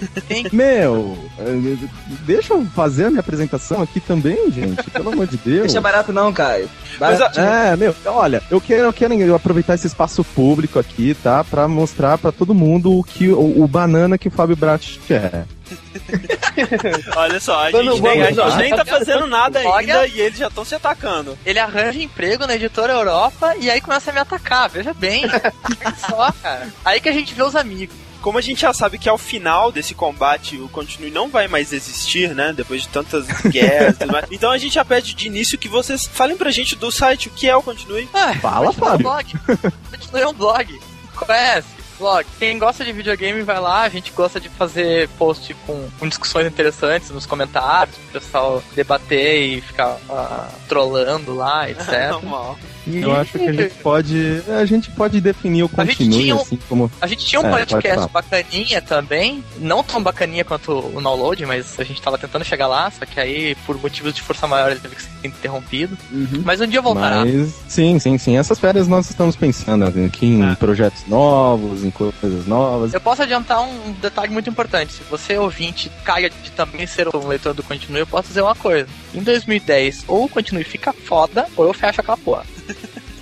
Deixa eu fazer a minha apresentação aqui também, gente. Pelo amor de Deus. Deixa barato não, Caio. Olha, eu quero aproveitar esse espaço público aqui, tá? Pra mostrar pra todo mundo o banana que o Fábio Brat é. Olha só, a gente nem tá fazendo nada ainda e eles já estão se atacando. Ele arranja emprego na Editora Europa e aí começa a me atacar, veja bem. Só, cara. Aí que a gente vê os amigos. Como a gente já sabe que ao final desse combate o Continue não vai mais existir, né? Depois de tantas guerras e tudo mais. Então a gente já pede de início que vocês falem pra gente do site o que é o Continue. Fala, Fábio. Continue é um blog. Conhece? Blog. Quem gosta de videogame vai lá, a gente gosta de fazer post com discussões interessantes nos comentários, o pessoal debater e ficar trolando lá, etc. Normal. Eu acho que a gente pode definir o Continue assim como... A gente tinha um podcast bacaninha também, não tão bacaninha quanto o Download, mas a gente tava tentando chegar lá, só que aí, por motivos de força maior, ele teve que ser interrompido. Mas um dia voltará. Sim. Essas férias nós estamos pensando aqui em projetos novos, em coisas novas. Eu posso adiantar um detalhe muito importante. Se você, ouvinte, caia de também ser um leitor do Continue, eu posso dizer uma coisa. Em 2010, ou o Continue fica foda, ou eu fecho aquela porra.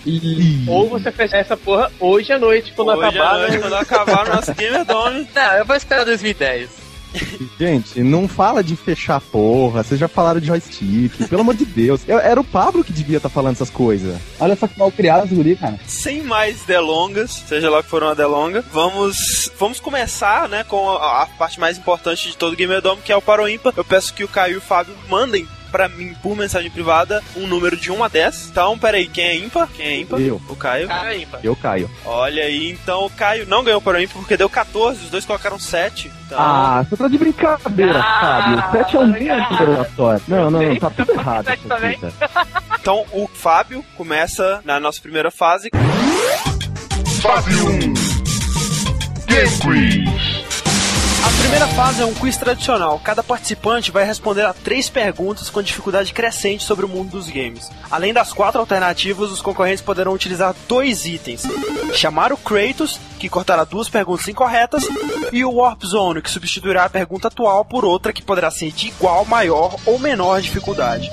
Ou você fecha essa porra hoje à noite, quando acabar. Quando acabar o nosso Gamerdome. Não, eu vou esperar 2010. Gente, não fala de fechar a porra, vocês já falaram de joystick, pelo amor de Deus. Era o Pablo que devia estar falando essas coisas. Olha só que mal criado esse guri, cara. Sem mais delongas, seja lá que for uma delonga, vamos começar, né, com a parte mais importante de todo o Gamerdome, que é o Par ou Ímpar. Eu peço que o Caio e o Fábio mandem pra mim, por mensagem privada, um número de 1 a 10. Então, peraí, quem é ímpar? Quem é ímpar? Eu. O Caio. Caio é ímpar. Eu caio. Olha aí, então o Caio não ganhou para o ímpar porque deu 14, os dois colocaram 7. Então... Ah, você tá de brincadeira, Fábio. 7 é um número na história. Não, tá tudo errado. Sete também. Então, o Fábio começa na nossa primeira fase. Fase 1. Game Quiz. A primeira fase é um quiz tradicional. Cada participante vai responder a 3 perguntas com dificuldade crescente sobre o mundo dos games. Além das 4 alternativas, os concorrentes poderão utilizar 2 itens. Chamar o Kratos, que cortará 2 perguntas incorretas, e o Warp Zone, que substituirá a pergunta atual por outra que poderá ser de igual, maior ou menor dificuldade.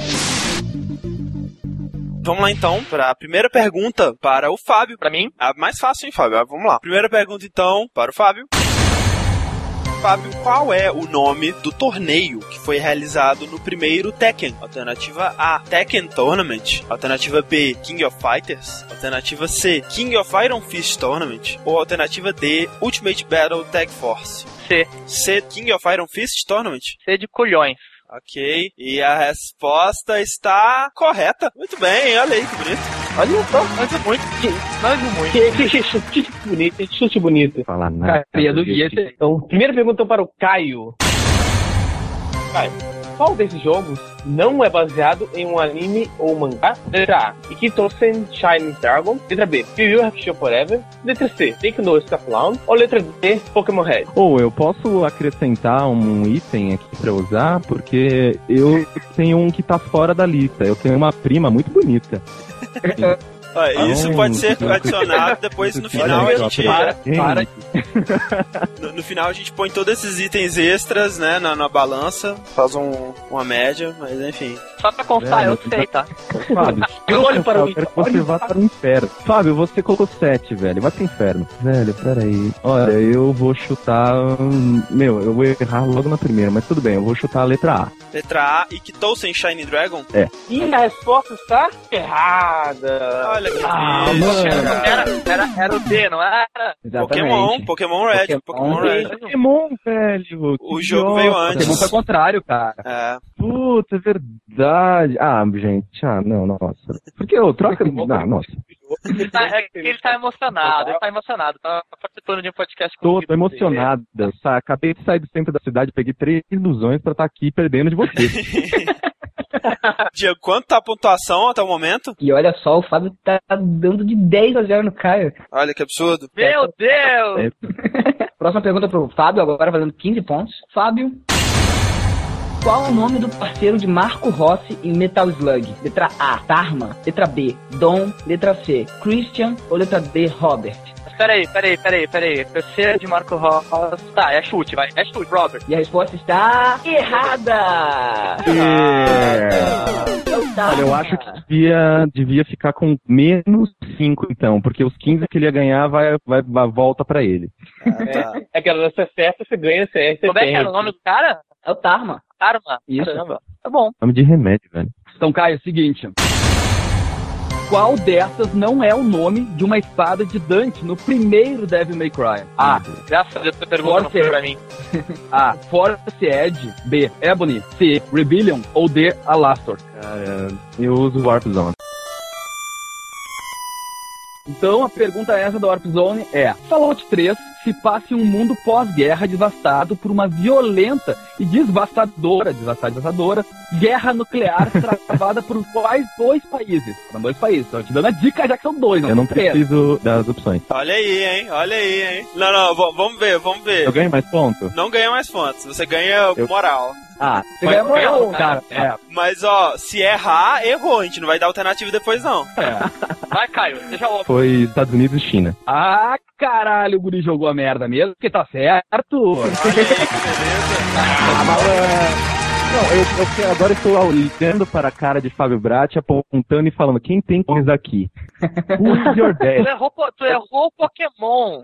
Vamos lá então para a primeira pergunta para o Fábio. Pra mim? A mais fácil, hein, Fábio? Vamos lá. Primeira pergunta então para o Fábio. Fábio, qual é o nome do torneio que foi realizado no primeiro Tekken? Alternativa A, Tekken Tournament. Alternativa B, King of Fighters. Alternativa C, King of Iron Fist Tournament. Ou alternativa D, Ultimate Battle Tag Force. C, King of Iron Fist Tournament. C de colhões. Ok, e a resposta está correta. Muito bem, olha aí que bonito. Olha só. Manja muito. Que bonito, chute bonito. Falar nada. Então, primeira pergunta para o Caio. Caio, qual desses jogos não é baseado em um anime ou mangá? Letra A, Ikitosen Shining Dragon. Letra B, Yu Yu Hakusho Forever. Letra C, Take No Scaflown. Ou letra D, Pokémon Red? Ou eu posso acrescentar um item aqui pra usar, porque eu tenho um que tá fora da lista. Eu tenho uma prima muito bonita. Isso pode ser adicionado depois no final. A gente no final a gente põe todos esses itens extras, né, na balança, faz uma média, mas enfim. Só pra constar, eu sei, tá? Fábio, eu quero que você vá para o inferno. Fábio, você colocou 7, velho. Vai pro inferno. Velho, peraí. Olha, eu vou chutar... eu vou errar logo na primeira, mas tudo bem, eu vou chutar a letra A. Letra A, Ikitosen Shining Dragon? É. E a resposta está errada. Olha que Era o D, não era? Pokémon Red. Pokémon, velho. O jogo veio antes. Pokémon foi o contrário, cara. É. Puta, é verdade. Ah, gente, não, nossa. Porque eu troco... nossa. Ele tá emocionado, Tá participando de um podcast Tô emocionado. Acabei de sair do centro da cidade, peguei 3 ilusões pra estar aqui perdendo de você. Diego, quanto tá a pontuação até o momento? E olha só, o Fábio tá dando de 10-0 no Caio. Olha que absurdo. Meu Deus! Próxima pergunta pro Fábio, agora valendo 15 pontos. Fábio, qual é o nome do parceiro de Marco Rossi em Metal Slug? Letra A, Tarma. Letra B, Dom. Letra C, Christian. Ou letra D, Robert? Peraí. Terceira de Marco Rossi. Tá, é chute, vai. É chute, Robert. E a resposta está errada! Olha, eu acho que devia ficar com menos 5, então, porque os 15 que ele ia ganhar volta pra ele. É que ela você acerta, você ganha, você erra. Como é que era o nome do cara? É o Tarma. Tarma? Isso. Caramba. Tá bom. Nome de remédio, velho. Então, Caio, é o seguinte. Qual dessas não é o nome de uma espada de Dante no primeiro Devil May Cry? A. Graças a Deus, você pergunta não foi pra mim. A. Force Edge. B. Ebony. C. Rebellion. Ou D. Alastor. Cara, eu uso Warp Zone. Então, a pergunta essa da Warp Zone é: Fallout 3 se passa em um mundo pós-guerra devastado por uma violenta e devastadora guerra nuclear travada por quais 2 países? São 2 países, estou te dando a dica já que são 2, não. Eu não preciso das opções. Olha aí, hein? Não, vamos ver. Eu ganho mais pontos? Não ganha mais pontos, você ganha moral. Você ganha moral, cara. Mas, se errar, errou. A gente não vai dar alternativa depois, não. Vai, Caio, deixa logo. Foi Estados Unidos e China. Ah, caralho, o guri jogou a merda mesmo, porque tá certo. Olha aí, que beleza. Não, eu agora estou olhando para a cara de Fábio Bratti, apontando e falando, quem tem coisa aqui? Who's your dad? Tu errou Pokémon.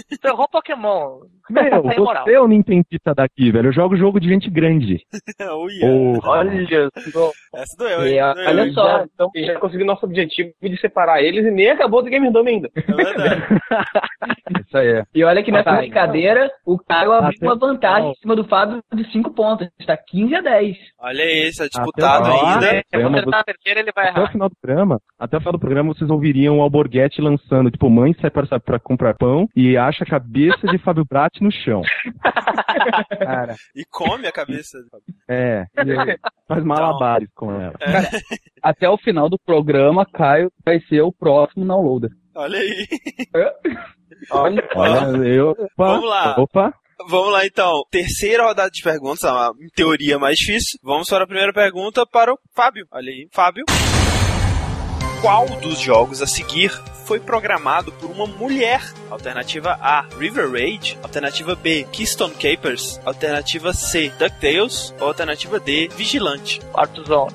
Meu, você é o Nintendista daqui, velho. Eu jogo jogo de gente grande. Olha só. Essa doeu, hein? Olha só. Então, já conseguiu nosso objetivo de separar eles e nem acabou do Game Dome ainda. É verdade. Isso aí. E olha que nessa brincadeira, o Caio abriu Até uma vantagem o em cima do Fábio de 5 pontos. Está 15-10. Olha aí, tá disputado Até o final, ainda. né? Se eu acertar a terceira, ele vai Até o errar. final do programa, vocês ouviriam o Alborguete lançando, tipo, mãe sai pra comprar pão e acha a cabeça de Fábio Bratti no chão. Cara, E come a cabeça. faz malabares com ela. Até o final do programa, Caio vai ser o próximo downloader. Olha aí. Olha. Olha, Vamos lá. Opa. Vamos lá, então. Terceira rodada de perguntas, em teoria mais difícil. Vamos para a primeira pergunta para o Fábio. Olha aí. Fábio. Qual dos jogos a seguir foi programado por uma mulher? Alternativa A, River Raid. Alternativa B, Keystone Capers. Alternativa C, DuckTales. Ou alternativa D, Vigilante. Quarto Zone.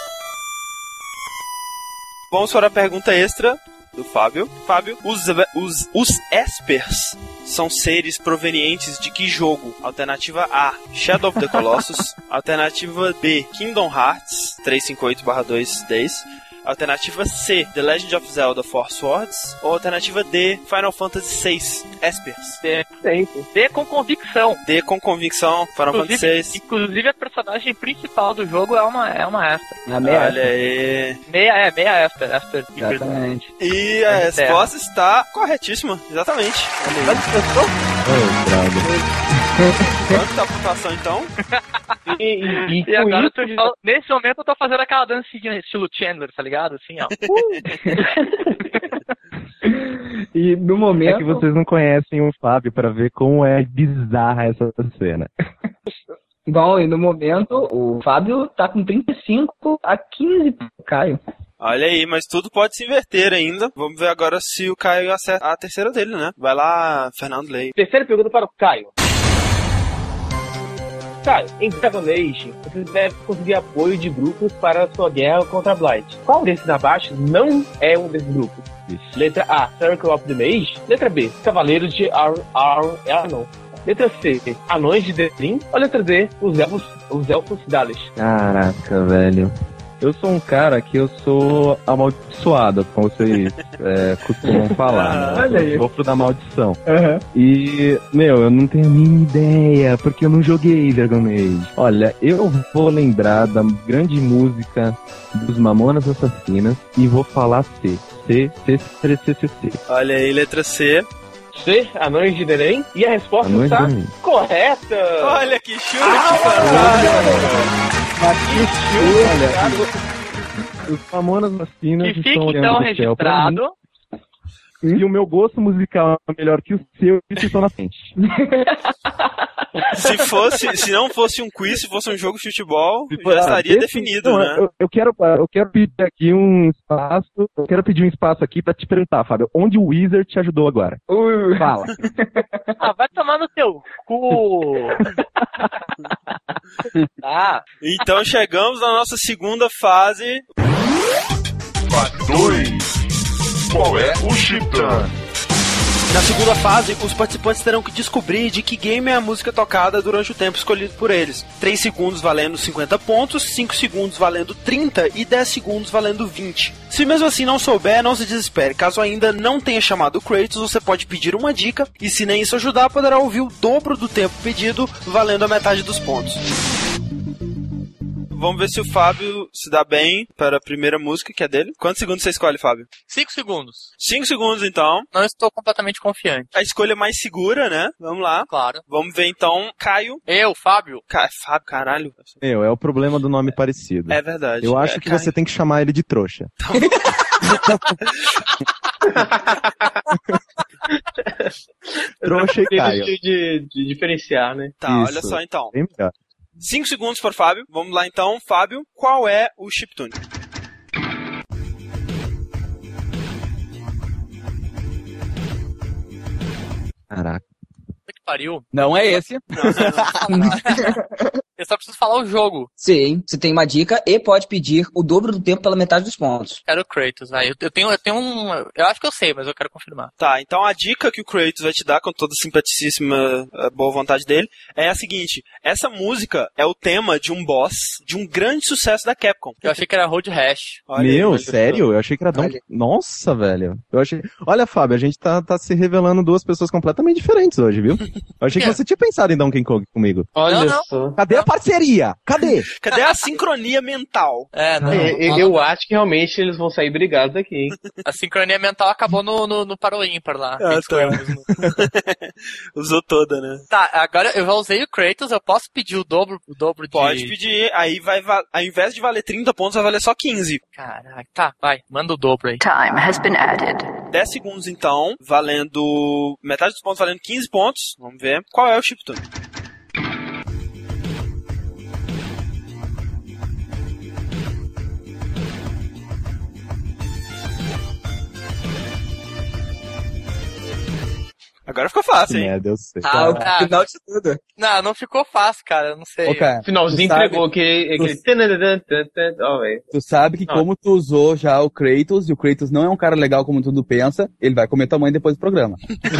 Vamos para a pergunta extra do Fábio. Fábio, os Espers são seres provenientes de que jogo? Alternativa A, Shadow of the Colossus. Alternativa B, Kingdom Hearts 358/210. Alternativa C, The Legend of Zelda Four Swords. Ou alternativa D, Final Fantasy VI, Espers. D com convicção. D com convicção, Final Fantasy VI. Inclusive a personagem principal do jogo é uma Esper. Olha aí. Meia Esper. Exatamente. E a resposta está corretíssima, exatamente. Quanto tá a pontuação então? E E com agora, isso, nesse momento, eu tô fazendo aquela dancinha estilo Chandler, tá ligado? Assim, ó. E no É momento. que vocês não conhecem o Fábio pra ver como é bizarra essa cena. Bom, e no momento, o Fábio tá com 35-15 pro Caio. Olha aí, mas tudo pode se inverter ainda. Vamos ver agora se o Caio acerta a terceira dele, né? Vai lá, Fernando Lei. terceira pergunta para o Caio. Caio, em Dragon Age, você deve conseguir apoio de grupos para a sua guerra contra a Blight. Qual desses abaixo não é um desses grupos? Letra A, Circle of the Mage. Letra B, Cavaleiros de Arnon. Letra C, Anões de Detrim. Ou letra D, os Elfos Dalish. Caraca, velho. Eu sou um cara que eu sou amaldiçoado, como vocês costumam falar, né? Olha aí. Eu sofro da maldição. E, eu não tenho a mínima ideia, porque eu não joguei Dragon Age. Olha, eu vou lembrar da grande música dos Mamonas Assassinas e vou falar C. C. Olha aí, letra C. C, Anões de Detrim. E a resposta Anões está de Detrim. correta. Olha que chute, Olha, os Mamonas Assassinas Que fique estão olhando então pro céu pra mim. registrado. E o meu gosto musical é melhor que o seu, e vocês estão na frente. Se não fosse um quiz, se fosse um jogo de futebol, já estaria definido, Não, né? Eu quero pedir aqui um espaço. Eu quero pedir um espaço aqui pra te perguntar, Fábio, onde o Wizard te ajudou agora? Fala. Ah, vai tomar no teu cu. Tá. Então chegamos na nossa segunda fase. Fase 2. Qual é o Chiptan? Na segunda fase, os participantes terão que descobrir de que game é a música tocada durante o tempo escolhido por eles. 3 segundos valendo 50 pontos, 5 segundos valendo 30 e 10 segundos valendo 20. Se mesmo assim não souber, não se desespere. Caso ainda não tenha chamado o Kratos, você pode pedir uma dica e se nem isso ajudar, poderá ouvir o dobro do tempo pedido, valendo a metade dos pontos. Vamos ver se o Fábio se dá bem para a primeira música, que é dele. Quantos segundos você escolhe, Fábio? 5 segundos. 5 segundos, então. Não estou completamente confiante. A escolha mais segura, né? Vamos lá. Claro. Vamos ver, então, Caio. Eu, Fábio. Fábio, caralho. É o problema do nome parecido. É verdade. Eu acho que Caio. você tem que chamar ele de trouxa. Trouxa e Caio. De diferenciar, né? Tá, Isso. olha só, então. Bem melhor. 5 segundos para o Fábio. Vamos lá, então. Fábio, qual é o chiptune? Caraca. Puta que pariu. Não é esse. Não. Eu só preciso falar o jogo. Sim, você tem uma dica e pode pedir o dobro do tempo pela metade dos pontos. Quero o Kratos, vai. Eu tenho um... Eu acho que eu sei, mas eu quero confirmar. Tá, então a dica que o Kratos vai te dar, com toda a simpaticíssima boa vontade dele, é a seguinte. Essa música é o tema de um boss de um grande sucesso da Capcom. Eu achei que era Road Rash. Meu, sério? Eu achei que era Donkey... Nossa, velho. Eu achei... Olha, Fábio, a gente tá se revelando duas pessoas completamente diferentes hoje, viu? Eu achei que você tinha pensado em Donkey Kong comigo. Olha Não. só. Cadê a parceria? Cadê? Cadê a sincronia mental? Não. Eu acho que realmente eles vão sair brigados aqui, hein? A sincronia mental acabou no Para o Ímpar lá. Usou toda, né? Tá, agora eu já usei o Kratos, eu posso pedir o dobro de... Pode pedir, aí vai, ao invés de valer 30 pontos, vai valer só 15. Caraca, tá, vai, manda o dobro aí. Time has been added. 10 segundos então, valendo... Metade dos pontos valendo 15 pontos. Vamos ver. Qual é o chiptune? Agora ficou fácil, hein? Merda, eu sei. Ah, o final de tudo. Não ficou fácil, cara, eu não sei. Ô, cara, Finalzinho tu sabe- entregou aquele... Ó, velho. Tu sabe que como tu usou já o Kratos, e o Kratos não é um cara legal como tudo pensa, ele vai comer tua mãe depois do programa.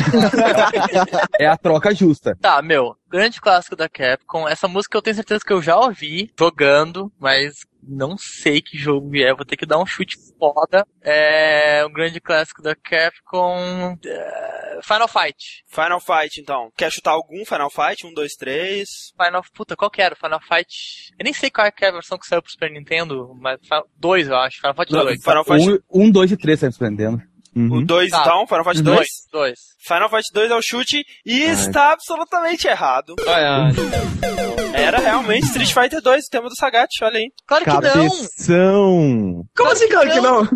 É a troca justa. Tá, grande clássico da Capcom. Essa música eu tenho certeza que eu já ouvi jogando, mas não sei que jogo é. Vou ter que dar um chute foda. É um grande clássico da Capcom. Final Fight. Final Fight, então. Quer chutar algum Final Fight? 1, 2, 3... Puta, qual que era? Final Fight... Eu nem sei qual é que é a versão que saiu pro Super Nintendo, mas 2, eu acho. Final Fight 2. Final Fight... 1, 2 e 3, tá me surpreendendo. O 2, Tá. então, Final Fight 2. 2. Final Fight 2 é o chute e está absolutamente errado. Era realmente Street Fighter 2, o tema do Sagat, olha aí. Claro que não! Cabeção! Como assim, cara, que não?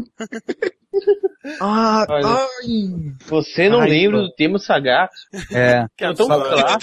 Olha, você não lembra do tema Sagat? É. Que é tão claro.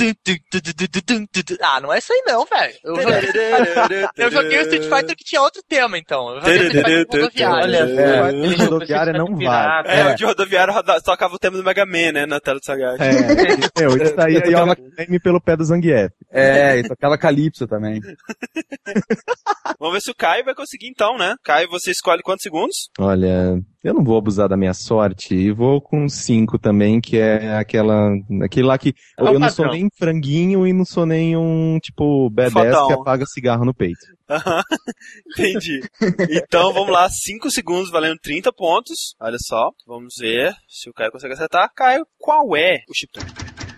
Ah, não é isso aí não, velho. Eu joguei o Street Fighter que tinha outro tema, então. Eu joguei o Street Fighter rodoviário. O de rodoviária não vale. O de rodoviário tocava o tema do Mega Man, né, na tela do Sagat. Isso aí é uma creme pelo pé do Zangief. É, e tocava Calypso também. Vamos ver se o Caio vai conseguir então, né? Caio, você escolhe quantos segundos? Olha, eu não vou abusar da minha sorte e vou com 5 também, que é aquele lá que eu não sou nem franguinho e não sou nem um, tipo, badass que apaga cigarro no peito. Entendi. Então vamos lá, 5 segundos valendo 30 pontos. Olha só, vamos ver se o Caio consegue acertar. Caio, qual é o chiptune?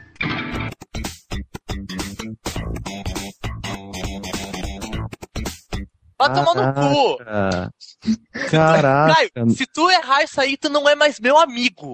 Vai tomar no cu! Caraca. Caio, se tu errar isso aí, tu não é mais meu amigo.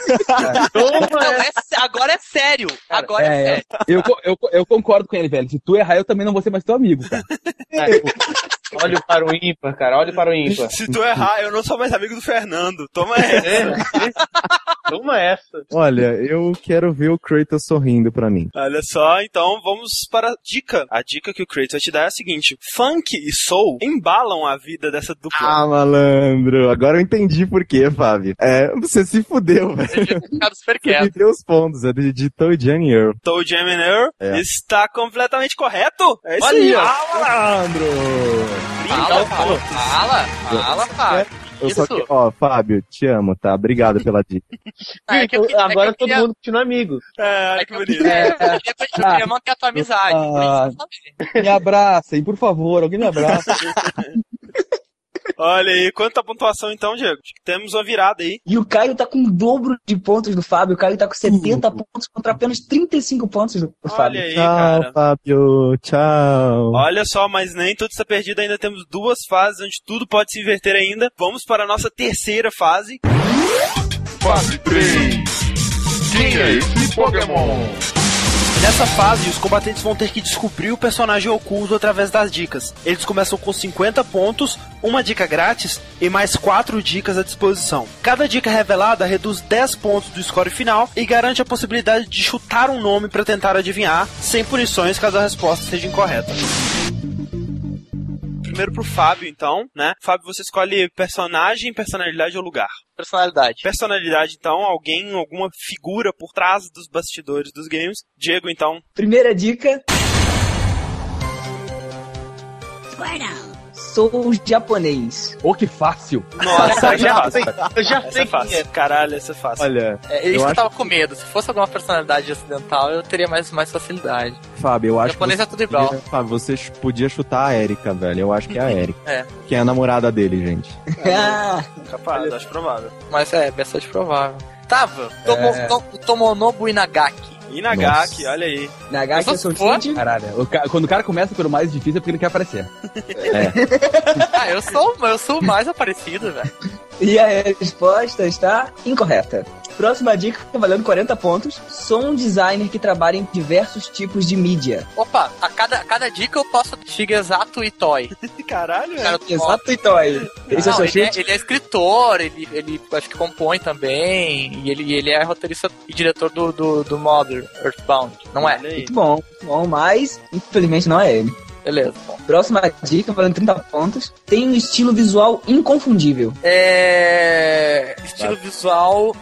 Agora é sério. Cara, agora é sério. Eu concordo com ele, velho. Se tu errar, eu também não vou ser mais teu amigo, cara. Olha para o ímpar, cara. Olha para o ímpar. Se tu errar, eu não sou mais amigo do Fernando. Toma essa. Toma essa. Olha, eu quero ver o Kratos sorrindo pra mim. Olha só, então vamos para a dica. A dica que o Kratos vai te dar é a seguinte. Funk e soul embalam a vida dessa dupla. Ah, malandro. Agora eu entendi por quê, Fábio. Você se fudeu, velho. Você tinha ficado super Você me quieto. deu os pontos. É de Toe Jam e Earl. Toe Jam and Earl está completamente correto. É isso Olha aí. Malandro! Fala, Fábio. Eu Isso. só Fábio, te amo, tá? Obrigado pela dica. Agora todo mundo continua amigo. É, que bonito. Eu queria manter a tua amizade. Por isso que eu falei. Me abracem, por favor, alguém me abraça. Olha aí, quanta pontuação então, Diego? Acho que temos uma virada aí. E o Caio tá com o dobro de pontos do Fábio. O Caio tá com 70 pontos contra apenas 35 pontos do Fábio. Olha aí, Tchau, cara. Fábio. Tchau. Olha só, mas nem tudo está perdido. Ainda temos 2 fases onde tudo pode se inverter ainda. Vamos para a nossa terceira fase. Fase 3. Quem é esse Pokémon? Nessa fase, os combatentes vão ter que descobrir o personagem oculto através das dicas. Eles começam com 50 pontos, uma dica grátis e mais 4 dicas à disposição. Cada dica revelada reduz 10 pontos do score final e garante a possibilidade de chutar um nome para tentar adivinhar, sem punições caso a resposta seja incorreta. Primeiro pro Fábio, então, né? Fábio, você escolhe personagem, personalidade ou lugar? Personalidade. Personalidade, então, alguém, alguma figura por trás dos bastidores dos games. Diego, então. Primeira dica. Sou japonês. Ô, que fácil. Nossa, Eu já sei, Essa quem é fácil. Caralho, essa é fácil. Olha, É isso que eu tava com medo. Se fosse alguma personalidade ocidental, eu teria mais facilidade. Fábio, eu acho Japonês que é tudo igual. Fábio, você podia chutar a Erika, velho. Eu acho que é a Erika. É. Que é a namorada dele, gente. Capaz, acho provável. Mas é bastante provável. Tava. Tomonobu Inagaki. Inagaki, olha aí. Nagaki é seu for? chute? Caralho, quando o cara começa pelo mais difícil é porque ele quer aparecer. Ah, eu sou o mais aparecido, velho. E a resposta está incorreta. Próxima dica, valendo 40 pontos. Sou um designer que trabalha em diversos tipos de mídia. Opa, a cada dica eu posso Shigesato Itoi. Caralho, Cara, Exato, Itoi. Esse é o Não, seu ele chute? é escritor, ele acho que compõe também, e ele é roteirista e diretor do Mother, Earthbound, não é? Olha aí. Muito bom, mas infelizmente não é ele. Beleza, bom. Próxima dica, valendo 30 pontos. Tem um estilo visual inconfundível. Estilo visual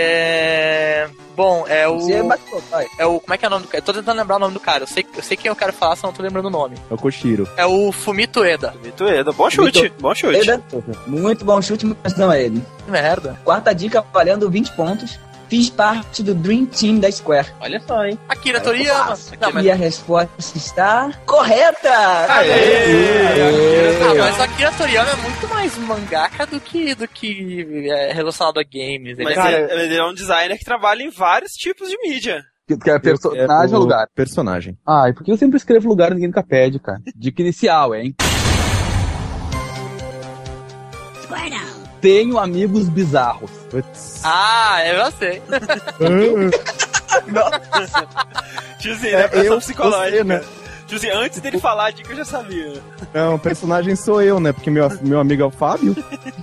Bom, é o. Você bateu, vai. É o. Como é que é o nome do cara? Eu tô tentando lembrar o nome do cara. Eu sei quem eu quero falar, só não tô lembrando o nome. É o Koshiro. É o Fumito Eda. Fumito Eda, bom chute, bom chute. Eda, muito bom chute, mas não é ele. Que merda. Quarta dica, valendo 20 pontos. Fiz parte do Dream Team da Square. Olha só, hein? Akira Toriyama. Não, mas... E a resposta está correta! Ah, mas o Akira Toriyama é muito mais mangaka do que relacionado a games. Mas ele é um designer que trabalha em vários tipos de mídia. Que é personagem ou lugar? Personagem. Ah, e por que eu sempre escrevo lugar e ninguém nunca pede, cara? Dica inicial, hein? Tenho amigos bizarros. Putz. Ah, eu sei. Tiozinho, né? Pressão eu, psicológica. você, né? Tiozinho, antes dele falar a dica eu já sabia. Não, o personagem sou eu, né? Porque meu amigo é o Fábio.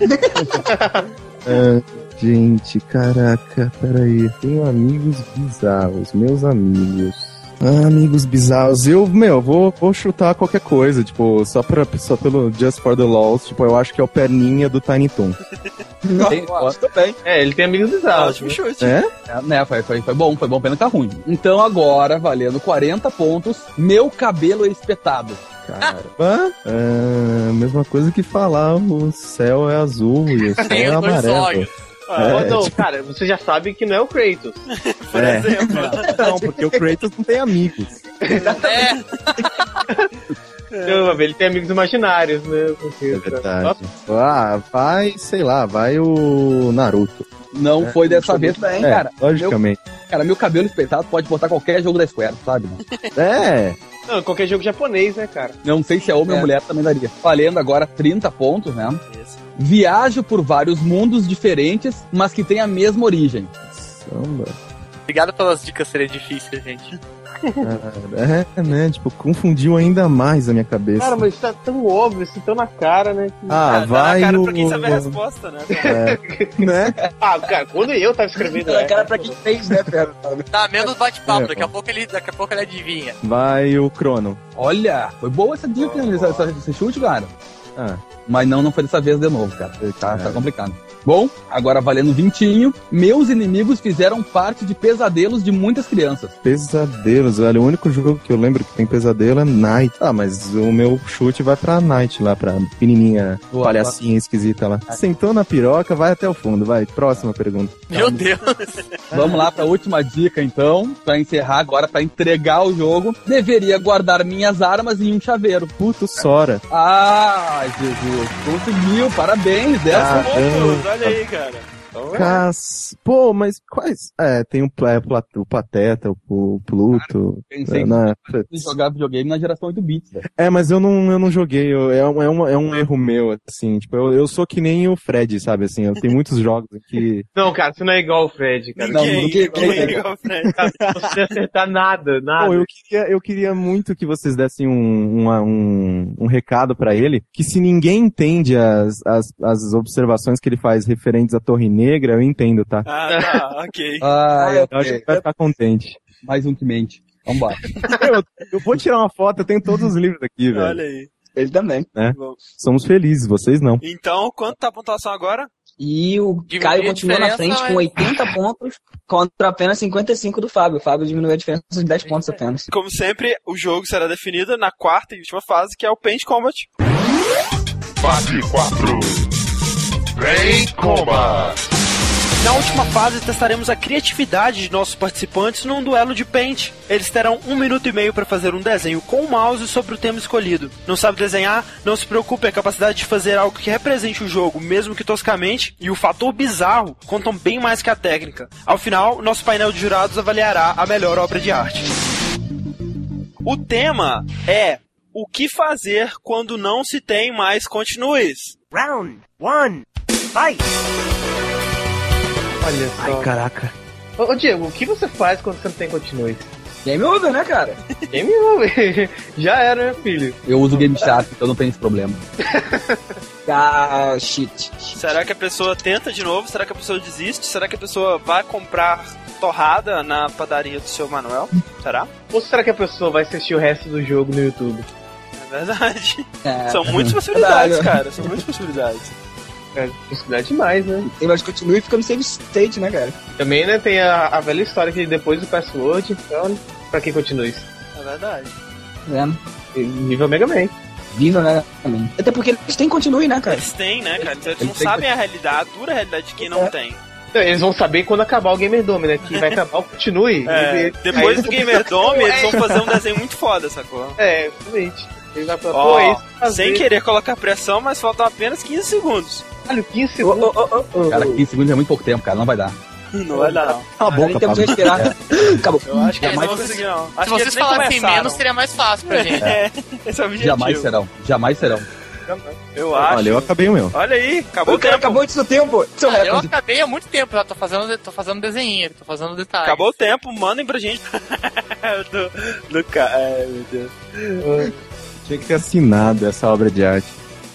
Gente, caraca, peraí. Tenho amigos bizarros, meus amigos. Amigos bizarros. Eu vou chutar qualquer coisa, tipo, só pelo Just for the Lols, tipo, eu acho que é o Perninha do Tiny Toon. Também. Ele tem amigos bizarros. Ótimo chute. É? Né, foi bom, pena que tá ruim. Então agora, valendo 40 pontos, meu cabelo é espetado. Caramba. Mesma coisa que falar, o céu é azul e o céu Tem é os dois amarelo. olhos. Não, cara, você já sabe que não é o Kratos. Por exemplo. Não, porque o Kratos não tem amigos. Não, ele tem amigos imaginários, né? Porque, É verdade. Vai o Naruto. Não foi dessa vez também, cara. Logicamente. Meu cabelo espetado pode botar qualquer jogo da Square, sabe? Né? Não, qualquer jogo japonês, né, cara? Não sei se é homem ou mulher, também daria. Valendo agora 30 pontos, né? Isso. Viajo por vários mundos diferentes, mas que têm a mesma origem. Samba. Obrigado pelas dicas serem difíceis, gente. Né? Tipo, confundiu ainda mais a minha cabeça. Cara, mas tá tão óbvio, assim, tão na cara, né? vai Tá na cara o... pra quem sabe a resposta, né? né? Cara, quando eu tava escrevendo... Tá na cara pra quem fez, né, Pedro? Tá, menos bate-papo, daqui a pouco ele adivinha. Vai o Crono. Olha, foi boa essa dica, esse chute, cara. Ah, Mas não foi dessa vez de novo, cara. Tá complicado. Bom, agora valendo 20, meus inimigos fizeram parte de pesadelos de muitas crianças. pesadelos, velho. O único jogo que eu lembro que tem pesadelo é Night. Ah, mas o meu chute vai pra Night lá, pra pequenininha, Boa, palhacinha esquisita lá. Sentou na piroca, vai até o fundo, vai. Próxima pergunta. Meu Deus. Vamos lá pra última dica, então. Pra encerrar agora, pra entregar o jogo. Deveria guardar minhas armas em um chaveiro. Puto Sora. Ah, Jesus. Conseguiu, parabéns. 10 Pontos, olha aí, cara. Pô, mas quais? Tem o Pateta, o Pluto. Pensei né? que jogar videogame na geração 8 bits, velho. Mas eu não joguei. É um erro meu, assim. Tipo, eu sou que nem o Fred, sabe? Assim, eu tenho muitos jogos que. Não, cara, você não é igual o Fred, cara. Ninguém é igual o Fred. Cara, não precisa acertar nada. Pô, eu queria muito que vocês dessem um recado pra ele, que se ninguém entende as observações que ele faz referentes à Torre Negra, eu entendo, tá? Tá, ok. Eu acho que vai ficar contente. Mais um que mente. Vambora. Eu vou tirar uma foto, eu tenho todos os livros aqui, velho. Olha aí. Ele também. Somos felizes, vocês não. Então, quanto tá a pontuação agora? E o Diminuir Caio a continua na frente diferença, com mas- 80 pontos contra apenas 55 do Fábio. O Fábio diminuiu a diferença de 10 pontos apenas. Como sempre, o jogo será definido na quarta e última fase, que é o Paint Combat. Fase 4. Paint Combat. Na última fase, testaremos a criatividade de nossos participantes num duelo de Paint. Eles terão 1 minuto e meio para fazer um desenho com o mouse sobre o tema escolhido. Não sabe desenhar? Não se preocupe, a capacidade de fazer algo que represente o jogo, mesmo que toscamente, e o fator bizarro contam bem mais que a técnica. Ao final, nosso painel de jurados avaliará a melhor obra de arte. O tema é o que fazer quando não se tem mais continues. Round 1, fight! Olha só. Ai, caraca. Ô, Diego, o que você faz quando você não tem continues? Game over, né, cara? Game over. Já era, meu filho. Eu uso Game Chat, então não tem esse problema. Ah, shit. Será que a pessoa tenta de novo? Será que a pessoa desiste? Será que a pessoa vai comprar torrada na padaria do seu Manuel? Será? Ou será que a pessoa vai assistir o resto do jogo no YouTube? É verdade. É, São muitas possibilidades, Verdade. cara. São muitas possibilidades. É, possibilidade demais, né? tem mais continue e fica no save state, né, cara? Também, né, tem a velha história que depois do password, então, pra que continue isso? É verdade. Vendo? Nível Mega Man. Viva, né, também. Até porque eles têm continue, né, cara? Eles têm, né, cara? Então eles não Eles têm sabem a realidade, a dura realidade de quem não tem. Então, eles vão saber quando acabar o Gamer Dome, né? Que vai acabar o continue. É, depois do Gamer Dome, eles vão fazer um desenho muito foda, sacou? É, exatamente. Ele vai falar, Ó, pô, é isso que fazer. sem querer colocar pressão, mas faltam apenas 15 segundos. Olha, 15 segundos. Cara, 15 segundos é muito pouco tempo, cara, não vai dar. Não vai dar, não. Cala a Nem boca, temos que Pablo. respirar. Acabou. Eu acho que eles não se vão conseguir, não. Acho Se que vocês eles nem falassem começaram. menos, seria mais fácil pra gente. É, esse é o objetivo. Jamais serão, jamais serão. Eu acho. Olha, eu acabei o meu. Olha aí, acabou O o cara tempo. acabou antes do tempo. Seu Eu recorde. acabei há muito tempo já, tô fazendo desenho, tô fazendo detalhes. Acabou o tempo, mandem pra gente. Ai, meu Deus. Tinha que ter assinado essa obra de arte.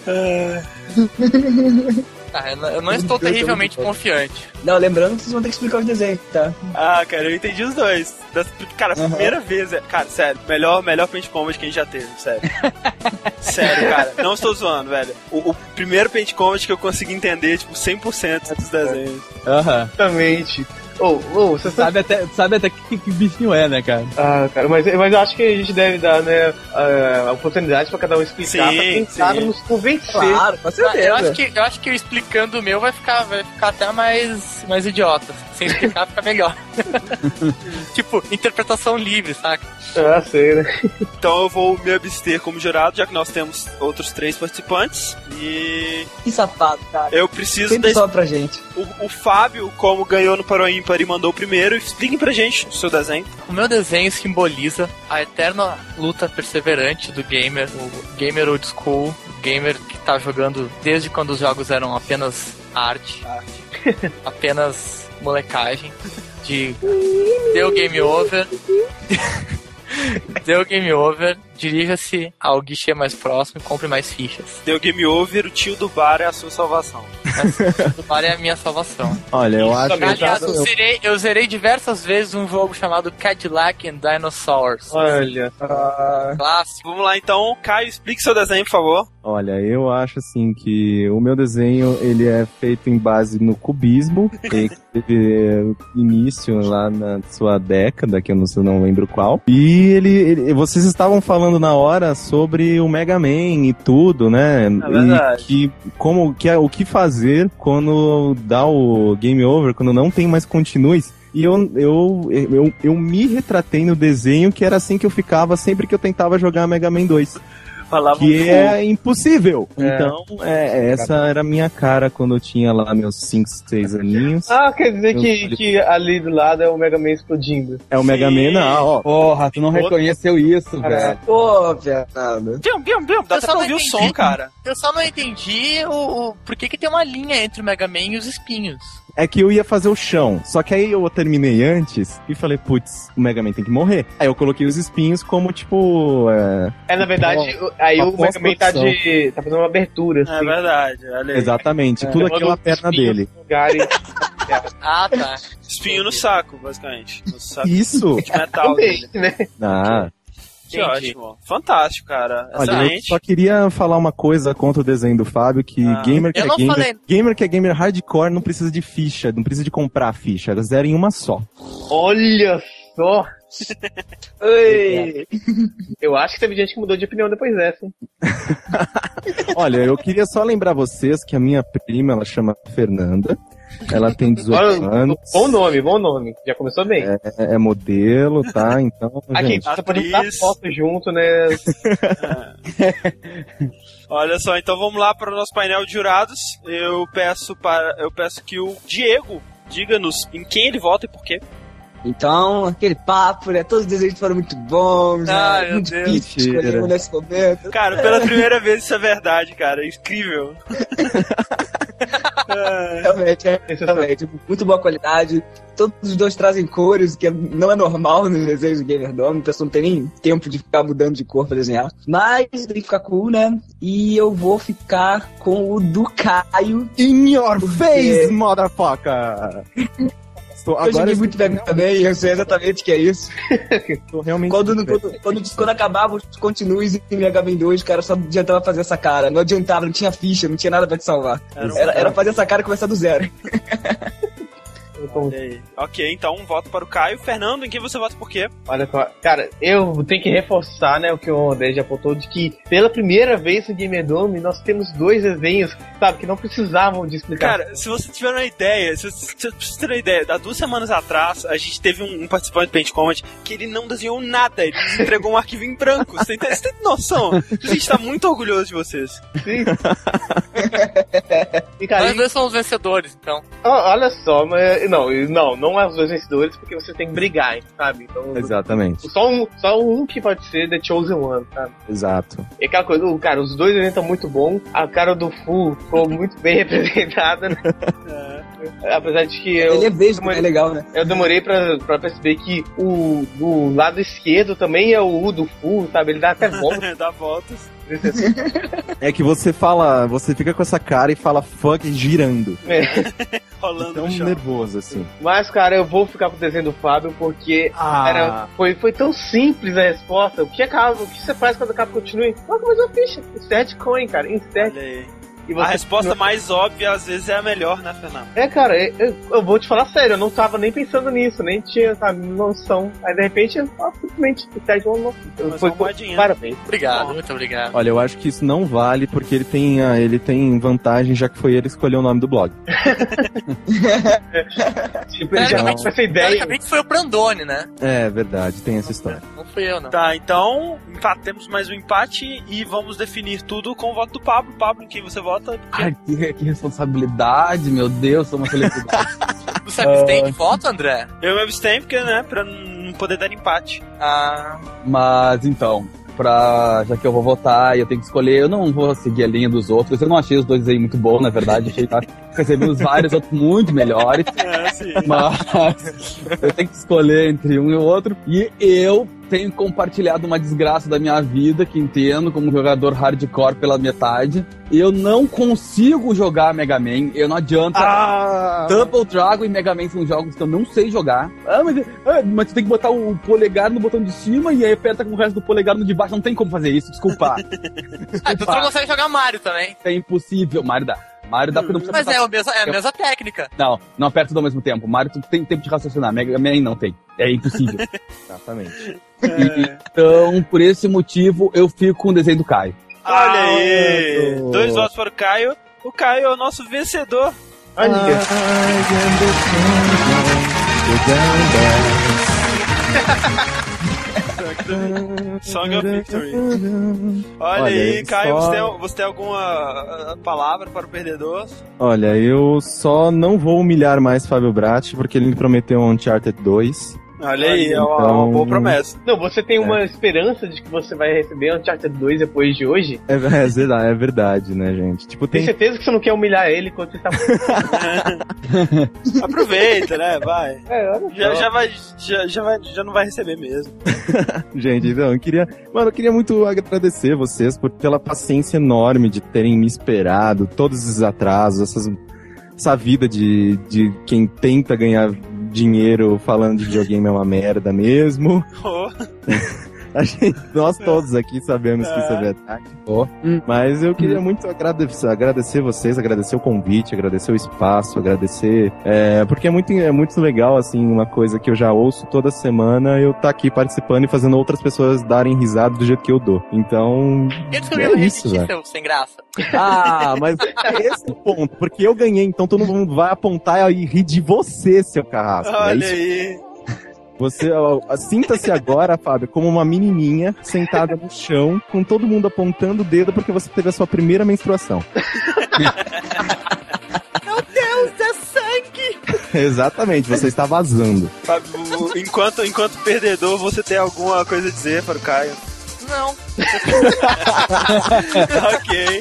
Ah, eu não estou terrivelmente confiante. Não, lembrando que vocês vão ter que explicar os desenhos, tá? Ah, cara, eu entendi os dois. Cara, a primeira vez, cara, sério, melhor Paint Combat que a gente já teve, sério. Sério, cara, não estou zoando, velho. O primeiro Paint Combat que eu consegui entender, tipo, 100% dos desenhos. Aham. Exatamente. Você sabe. Sabe até que bichinho é, né, cara? Ah, cara, mas eu acho que a gente deve dar, né, a oportunidade pra cada um explicar, Sim, pra tentar sim. nos convencer. Claro, com certeza. Eu acho que eu explicando o meu vai ficar até mais idiota. Sem explicar fica melhor. Tipo, interpretação livre, saca? Ah, sei, né? Então eu vou me abster como jurado, já que nós temos outros 3 participantes. E Que safado, cara. eu preciso Sempre da só pra gente. o Fábio, como ganhou no Paro Ímpar e mandou o primeiro, expliquem pra gente o seu desenho. O meu desenho simboliza a eterna luta perseverante do gamer, o gamer old school, o gamer que tá jogando desde quando os jogos eram apenas arte. Apenas molecagem, de deu game over, deu game over, dirija-se ao guichê mais próximo e compre mais fichas. Deu game over, o tio do bar é a sua salvação. O bar é a minha salvação. Olha, eu acho que Aliás, eu zerei diversas vezes um jogo chamado Cadillac and Dinosaurs. Olha. Clássico. Vamos lá então, Caio, explique seu desenho, por favor. Olha, eu acho assim que o meu desenho ele é feito em base no cubismo, que teve início lá na sua década, que eu não lembro qual. E vocês estavam falando na hora sobre o Mega Man e tudo, né? É verdade. O que fazer quando dá o game over, quando não tem mais continues. E eu me retratei no desenho que era assim que eu ficava sempre que eu tentava jogar Mega Man 2. Falava Que é impossível. É. Então, essa era a minha cara quando eu tinha lá meus 5, 6 aninhos. Ah, quer dizer que ali do lado é o Mega Man explodindo. É o Mega Man, não, ó. Porra, tu não reconheceu isso, velho. Ô, Fernando. Dá até pra ouvir o som, cara. Eu só não entendi por que tem uma linha entre o Mega Man e os espinhos. É que eu ia fazer o chão. Só que aí eu terminei antes e falei, putz, o Mega Man tem que morrer. Aí eu coloquei os espinhos como, tipo... Na verdade, aí uma o Mega Man tá pós-produção. tá fazendo uma abertura, É assim. verdade, olha aí. Exatamente, tudo Levando aquela os perna espinhos dele. nos lugares. Ah, tá. Espinho no saco, basicamente. No saco Isso? de metal Também, dele. né? Ah, Que ótimo. Fantástico, cara. Olha, eu Excelente. só queria falar uma coisa contra o desenho do Fábio, que gamer que é gamer hardcore não precisa de ficha, não precisa de comprar ficha, elas zero em uma só. Olha só! Oi. Eu acho que teve gente que mudou de opinião depois dessa, hein? Olha, eu queria só lembrar vocês que a minha prima, ela chama Fernanda, ela tem 18 anos. Bom nome. Já começou bem. É modelo, tá? Então, Aqui, gente... você pode dar foto junto, né? Olha só, então vamos lá para o nosso painel de jurados. Eu peço que o Diego diga-nos em quem ele vota e por quê. Então, aquele papo, né? Todos os desejos foram muito bons, Ai, né? meu Muito Deus. difícil escolher um nesse momento. Cara, pela primeira vez isso é verdade, cara. É incrível. Realmente, muito boa qualidade. Todos os dois trazem cores, que não é normal nos desenhos do Gamer Dome. A pessoa não tem nem tempo de ficar mudando de cor pra desenhar. Mas tem que ficar cool, né? E eu vou ficar com o do Caio. In your face, motherfucker! Eu joguei muito Mega também, eu sei exatamente o que é isso. Tô realmente quando acabava os continues em Mega Man 2, cara, só adiantava fazer essa cara. Não adiantava, não tinha ficha, não tinha nada pra te salvar. Era fazer essa cara e começar do zero. Ok, então um voto para o Caio. Fernando, em quem você vota por quê? Olha só, cara, eu tenho que reforçar, né, o que o André já apontou, de que pela primeira vez no Gamer Dome nós temos 2 desenhos, sabe, que não precisavam de explicação. Cara, se você tiver uma ideia, se você ter uma ideia, há 2 semanas atrás a gente teve um participante do Paint Combat que ele não desenhou nada, ele nos entregou um arquivo em branco. Você tem noção? A gente tá muito orgulhoso de vocês. Sim. E, cara, Nós dois somos vencedores, então. Olha só, mas não é os 2 vencedores, porque você tem que brigar, sabe? Então, exatamente. Só um que pode ser The Chosen One, sabe? Exato. E aquela coisa, cara, os 2 eventos estão muito bons, a cara do Fu ficou muito bem representada, né? Apesar de que ele é beijo, é legal, né? Eu demorei pra perceber que o do lado esquerdo também é o U do Fu, sabe? Ele dá até voltas. Dá voltas. É que você fica com essa cara e fala fuck girando. Rolando tão no chão. Nervoso, assim. Mas, cara, eu vou ficar com o desenho do Fábio porque foi tão simples a resposta. O que você faz quando a capa continua? Coloca mais uma ficha. Insert coin, cara. Insert. Olha aí. A resposta mais óbvia às vezes é a melhor, né, Fernando? Cara, eu vou te falar sério, eu não tava nem pensando nisso, nem tinha, sabe, noção. Aí de repente eu simplesmente pede uma parabéns. Obrigado, muito obrigado. Olha, eu acho que isso não vale porque ele tem vantagem, já que foi ele que escolheu o nome do blog. Tipo, ele já tá com essa ideia. Teoricamente foi o Brandoni, né? É verdade, tem essa história. Não fui eu, não. Tá, então temos mais um empate e vamos definir tudo com o voto do Pablo. Pablo, em quem você vota? Ai, que responsabilidade, meu Deus, sou uma celebridade. Você abstém de voto, André? Eu me abstenho porque, né, pra não poder dar empate. Mas então, já que eu vou votar e eu tenho que escolher, eu não vou seguir a linha dos outros. Eu não achei os 2 aí muito bons, na verdade. Recebemos vários outros muito melhores. Sim. Mas eu tenho que escolher entre um e o outro. E eu tenho compartilhado uma desgraça da minha vida, que entendo como jogador hardcore pela metade. Eu não consigo jogar Mega Man, não adianta. Double Dragon e Mega Man são jogos que eu não sei jogar. Mas tu tem que botar o polegar no botão de cima e aí aperta com o resto do polegar no de baixo. Não tem como fazer isso, desculpa. Então tu não consegue jogar Mario também. É impossível, Mario dá porque não precisa. Mas é a mesma técnica. Não aperta tudo ao mesmo tempo. Mario tu tem tempo de raciocinar, Mega Man não tem. É impossível. Exatamente. Então, por esse motivo, eu fico com o desenho do Caio. Olha aí! 2 votos para o Caio. O Caio é o nosso vencedor. Olha. Song of Victory. Olha aí, Caio, você tem alguma palavra para o perdedor? Olha, eu só não vou humilhar mais Fábio Bratti, porque ele me prometeu um Uncharted 2. Olha aí, é uma boa promessa. Não, você tem uma esperança de que você vai receber Uncharted 2 depois de hoje? É verdade, né, gente? Tipo, tem certeza que você não quer humilhar ele quando você tá... Aproveita, né? Vai. Olha já não vai receber mesmo. Gente, então, eu queria muito agradecer vocês pela paciência enorme de terem me esperado, todos esses atrasos, essa vida de quem tenta ganhar dinheiro falando de videogame é uma merda mesmo. Nós todos aqui sabemos que isso é verdade. Mas eu queria muito agradecer vocês, agradecer o convite, agradecer o espaço, agradecer... porque é muito legal, assim, uma coisa que eu já ouço toda semana, eu tá aqui participando e fazendo outras pessoas darem risada do jeito que eu dou. Então... É isso, velho. Sem graça. Mas esse é o ponto, porque eu ganhei, então todo mundo vai apontar e rir de você, seu carrasco. Olha aí. Você, sinta-se agora, Fábio, como uma menininha sentada no chão, com todo mundo apontando o dedo porque você teve a sua primeira menstruação. Meu Deus, é sangue! Exatamente, você está vazando. Fábio, enquanto perdedor, você tem alguma coisa a dizer para o Caio? Não. Ok.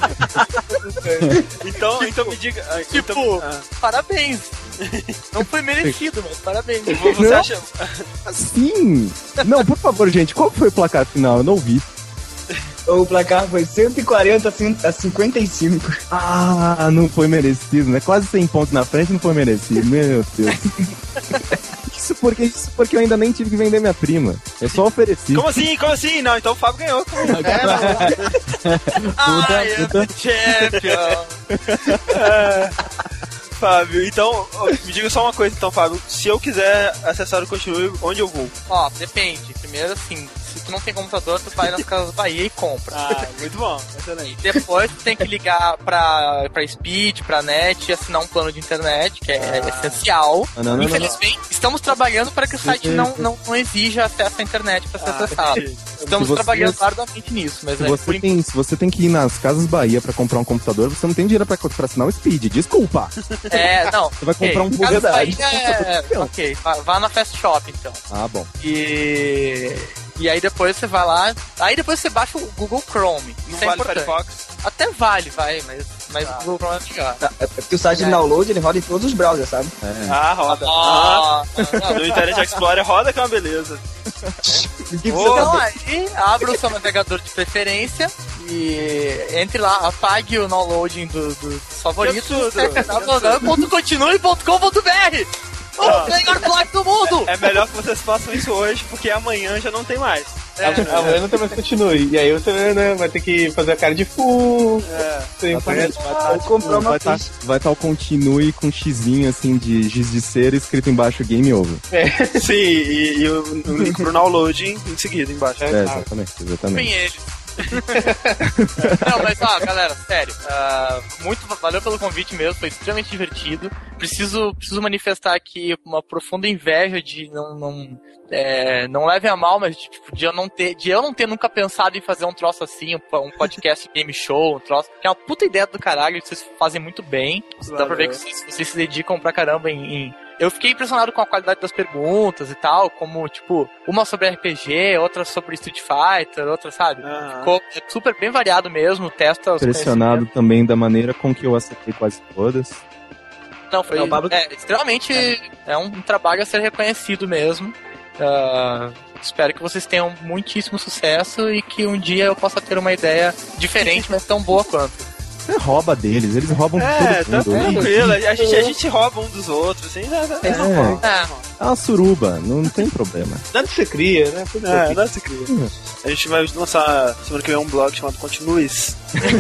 Então me diga... parabéns. Não foi merecido, mas parabéns. Você acha... Sim! Não, por favor, gente, qual foi o placar final? Eu não ouvi. O placar foi 140 a 55. Não foi merecido, né? Quase 100 pontos na frente, não foi merecido. Meu Deus. Isso porque eu ainda nem tive que vender minha prima. Eu só ofereci. Como assim? Não, então o Fábio ganhou. The champion. Fábio, então, me diga só uma coisa, então, Fábio. Se eu quiser acessar o Continue, onde eu vou? Depende. Primeiro, assim, se tu não tem computador, tu vai nas Casas Bahia e compra. Muito bom, excelente. Depois tu tem que ligar pra Speed, pra net e assinar um plano de internet, que é essencial. Infelizmente, estamos trabalhando para que o site não exija acesso à internet para ser acessado. Estamos trabalhando arduamente nisso, mas se você tem que ir nas Casas Bahia pra comprar um computador, você não tem dinheiro pra assinar o Speed, desculpa. Não. Você vai comprar um por verdade. Ok, vá na Fast Shop, então. Bom. E aí depois você vai lá, aí depois você baixa o Google Chrome. Isso é importante. Firefox? Até vale, mas o Google Chrome é melhor. É porque o site de download, ele roda em todos os browsers, sabe? Roda. No Internet Explorer roda, que é uma beleza. Então aí, abra o seu navegador de preferência e entre lá, apague o downloading dos favoritos. Continue.com.br o melhor blog do mundo! É melhor que vocês façam isso hoje, porque amanhã já não tem mais. Amanhã não tem mais Continue. E aí você vai ter que fazer a cara de full. Vai estar o Continue com xizinho assim de giz de cera escrito embaixo Game Over. Sim, e o link pro downloading em seguida embaixo. Exatamente. Bem ele. Não, mas galera, sério, muito valeu pelo convite mesmo, foi extremamente divertido. Preciso manifestar aqui uma profunda inveja de não levem a mal, mas de eu não ter nunca pensado em fazer um troço assim, um podcast game show, um troço, que é uma puta ideia do caralho, que vocês fazem muito bem. Dá pra ver que vocês se dedicam pra caramba em... Eu fiquei impressionado com a qualidade das perguntas e tal, como, uma sobre RPG, outra sobre Street Fighter, outra, sabe? Ficou super bem variado mesmo, testa... Impressionado também da maneira com que eu acertei quase todas. Não, foi extremamente... É um trabalho a ser reconhecido mesmo. Espero que vocês tenham muitíssimo sucesso e que um dia eu possa ter uma ideia diferente, mas tão boa quanto. Você rouba deles, eles roubam de todo mundo. Tranquilo, a gente rouba um dos outros, assim, é uma suruba, não tem problema. Nada se cria, né? Nada se cria. A gente vai lançar semana que vem um blog chamado Continues.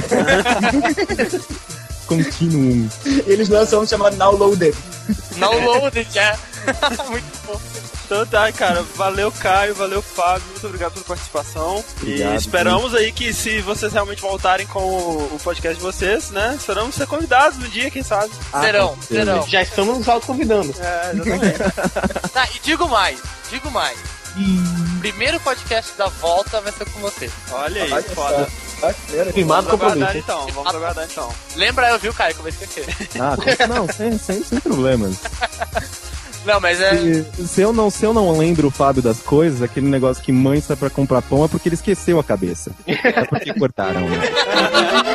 Continuum. Eles lançam um chamado Downloaded. Downloaded, muito bom. Então tá, cara, valeu Caio, valeu Fábio, muito obrigado pela participação. Obrigado, e esperamos aí que se vocês realmente voltarem com o podcast de vocês, né, esperamos ser convidados no dia, quem sabe. Serão. Já estamos nos auto-convidando. Exatamente. E digo mais. Primeiro podcast da volta vai ser com você. Olha aí, foda. Firmado compromisso. Vamos aguardar então. Lembra eu, viu, Caio, que eu vou esquecer. Sem problemas. Não, mas Se eu não lembro o Fábio das coisas, aquele negócio que mãe sai pra comprar pão é porque ele esqueceu a cabeça. É porque cortaram, né?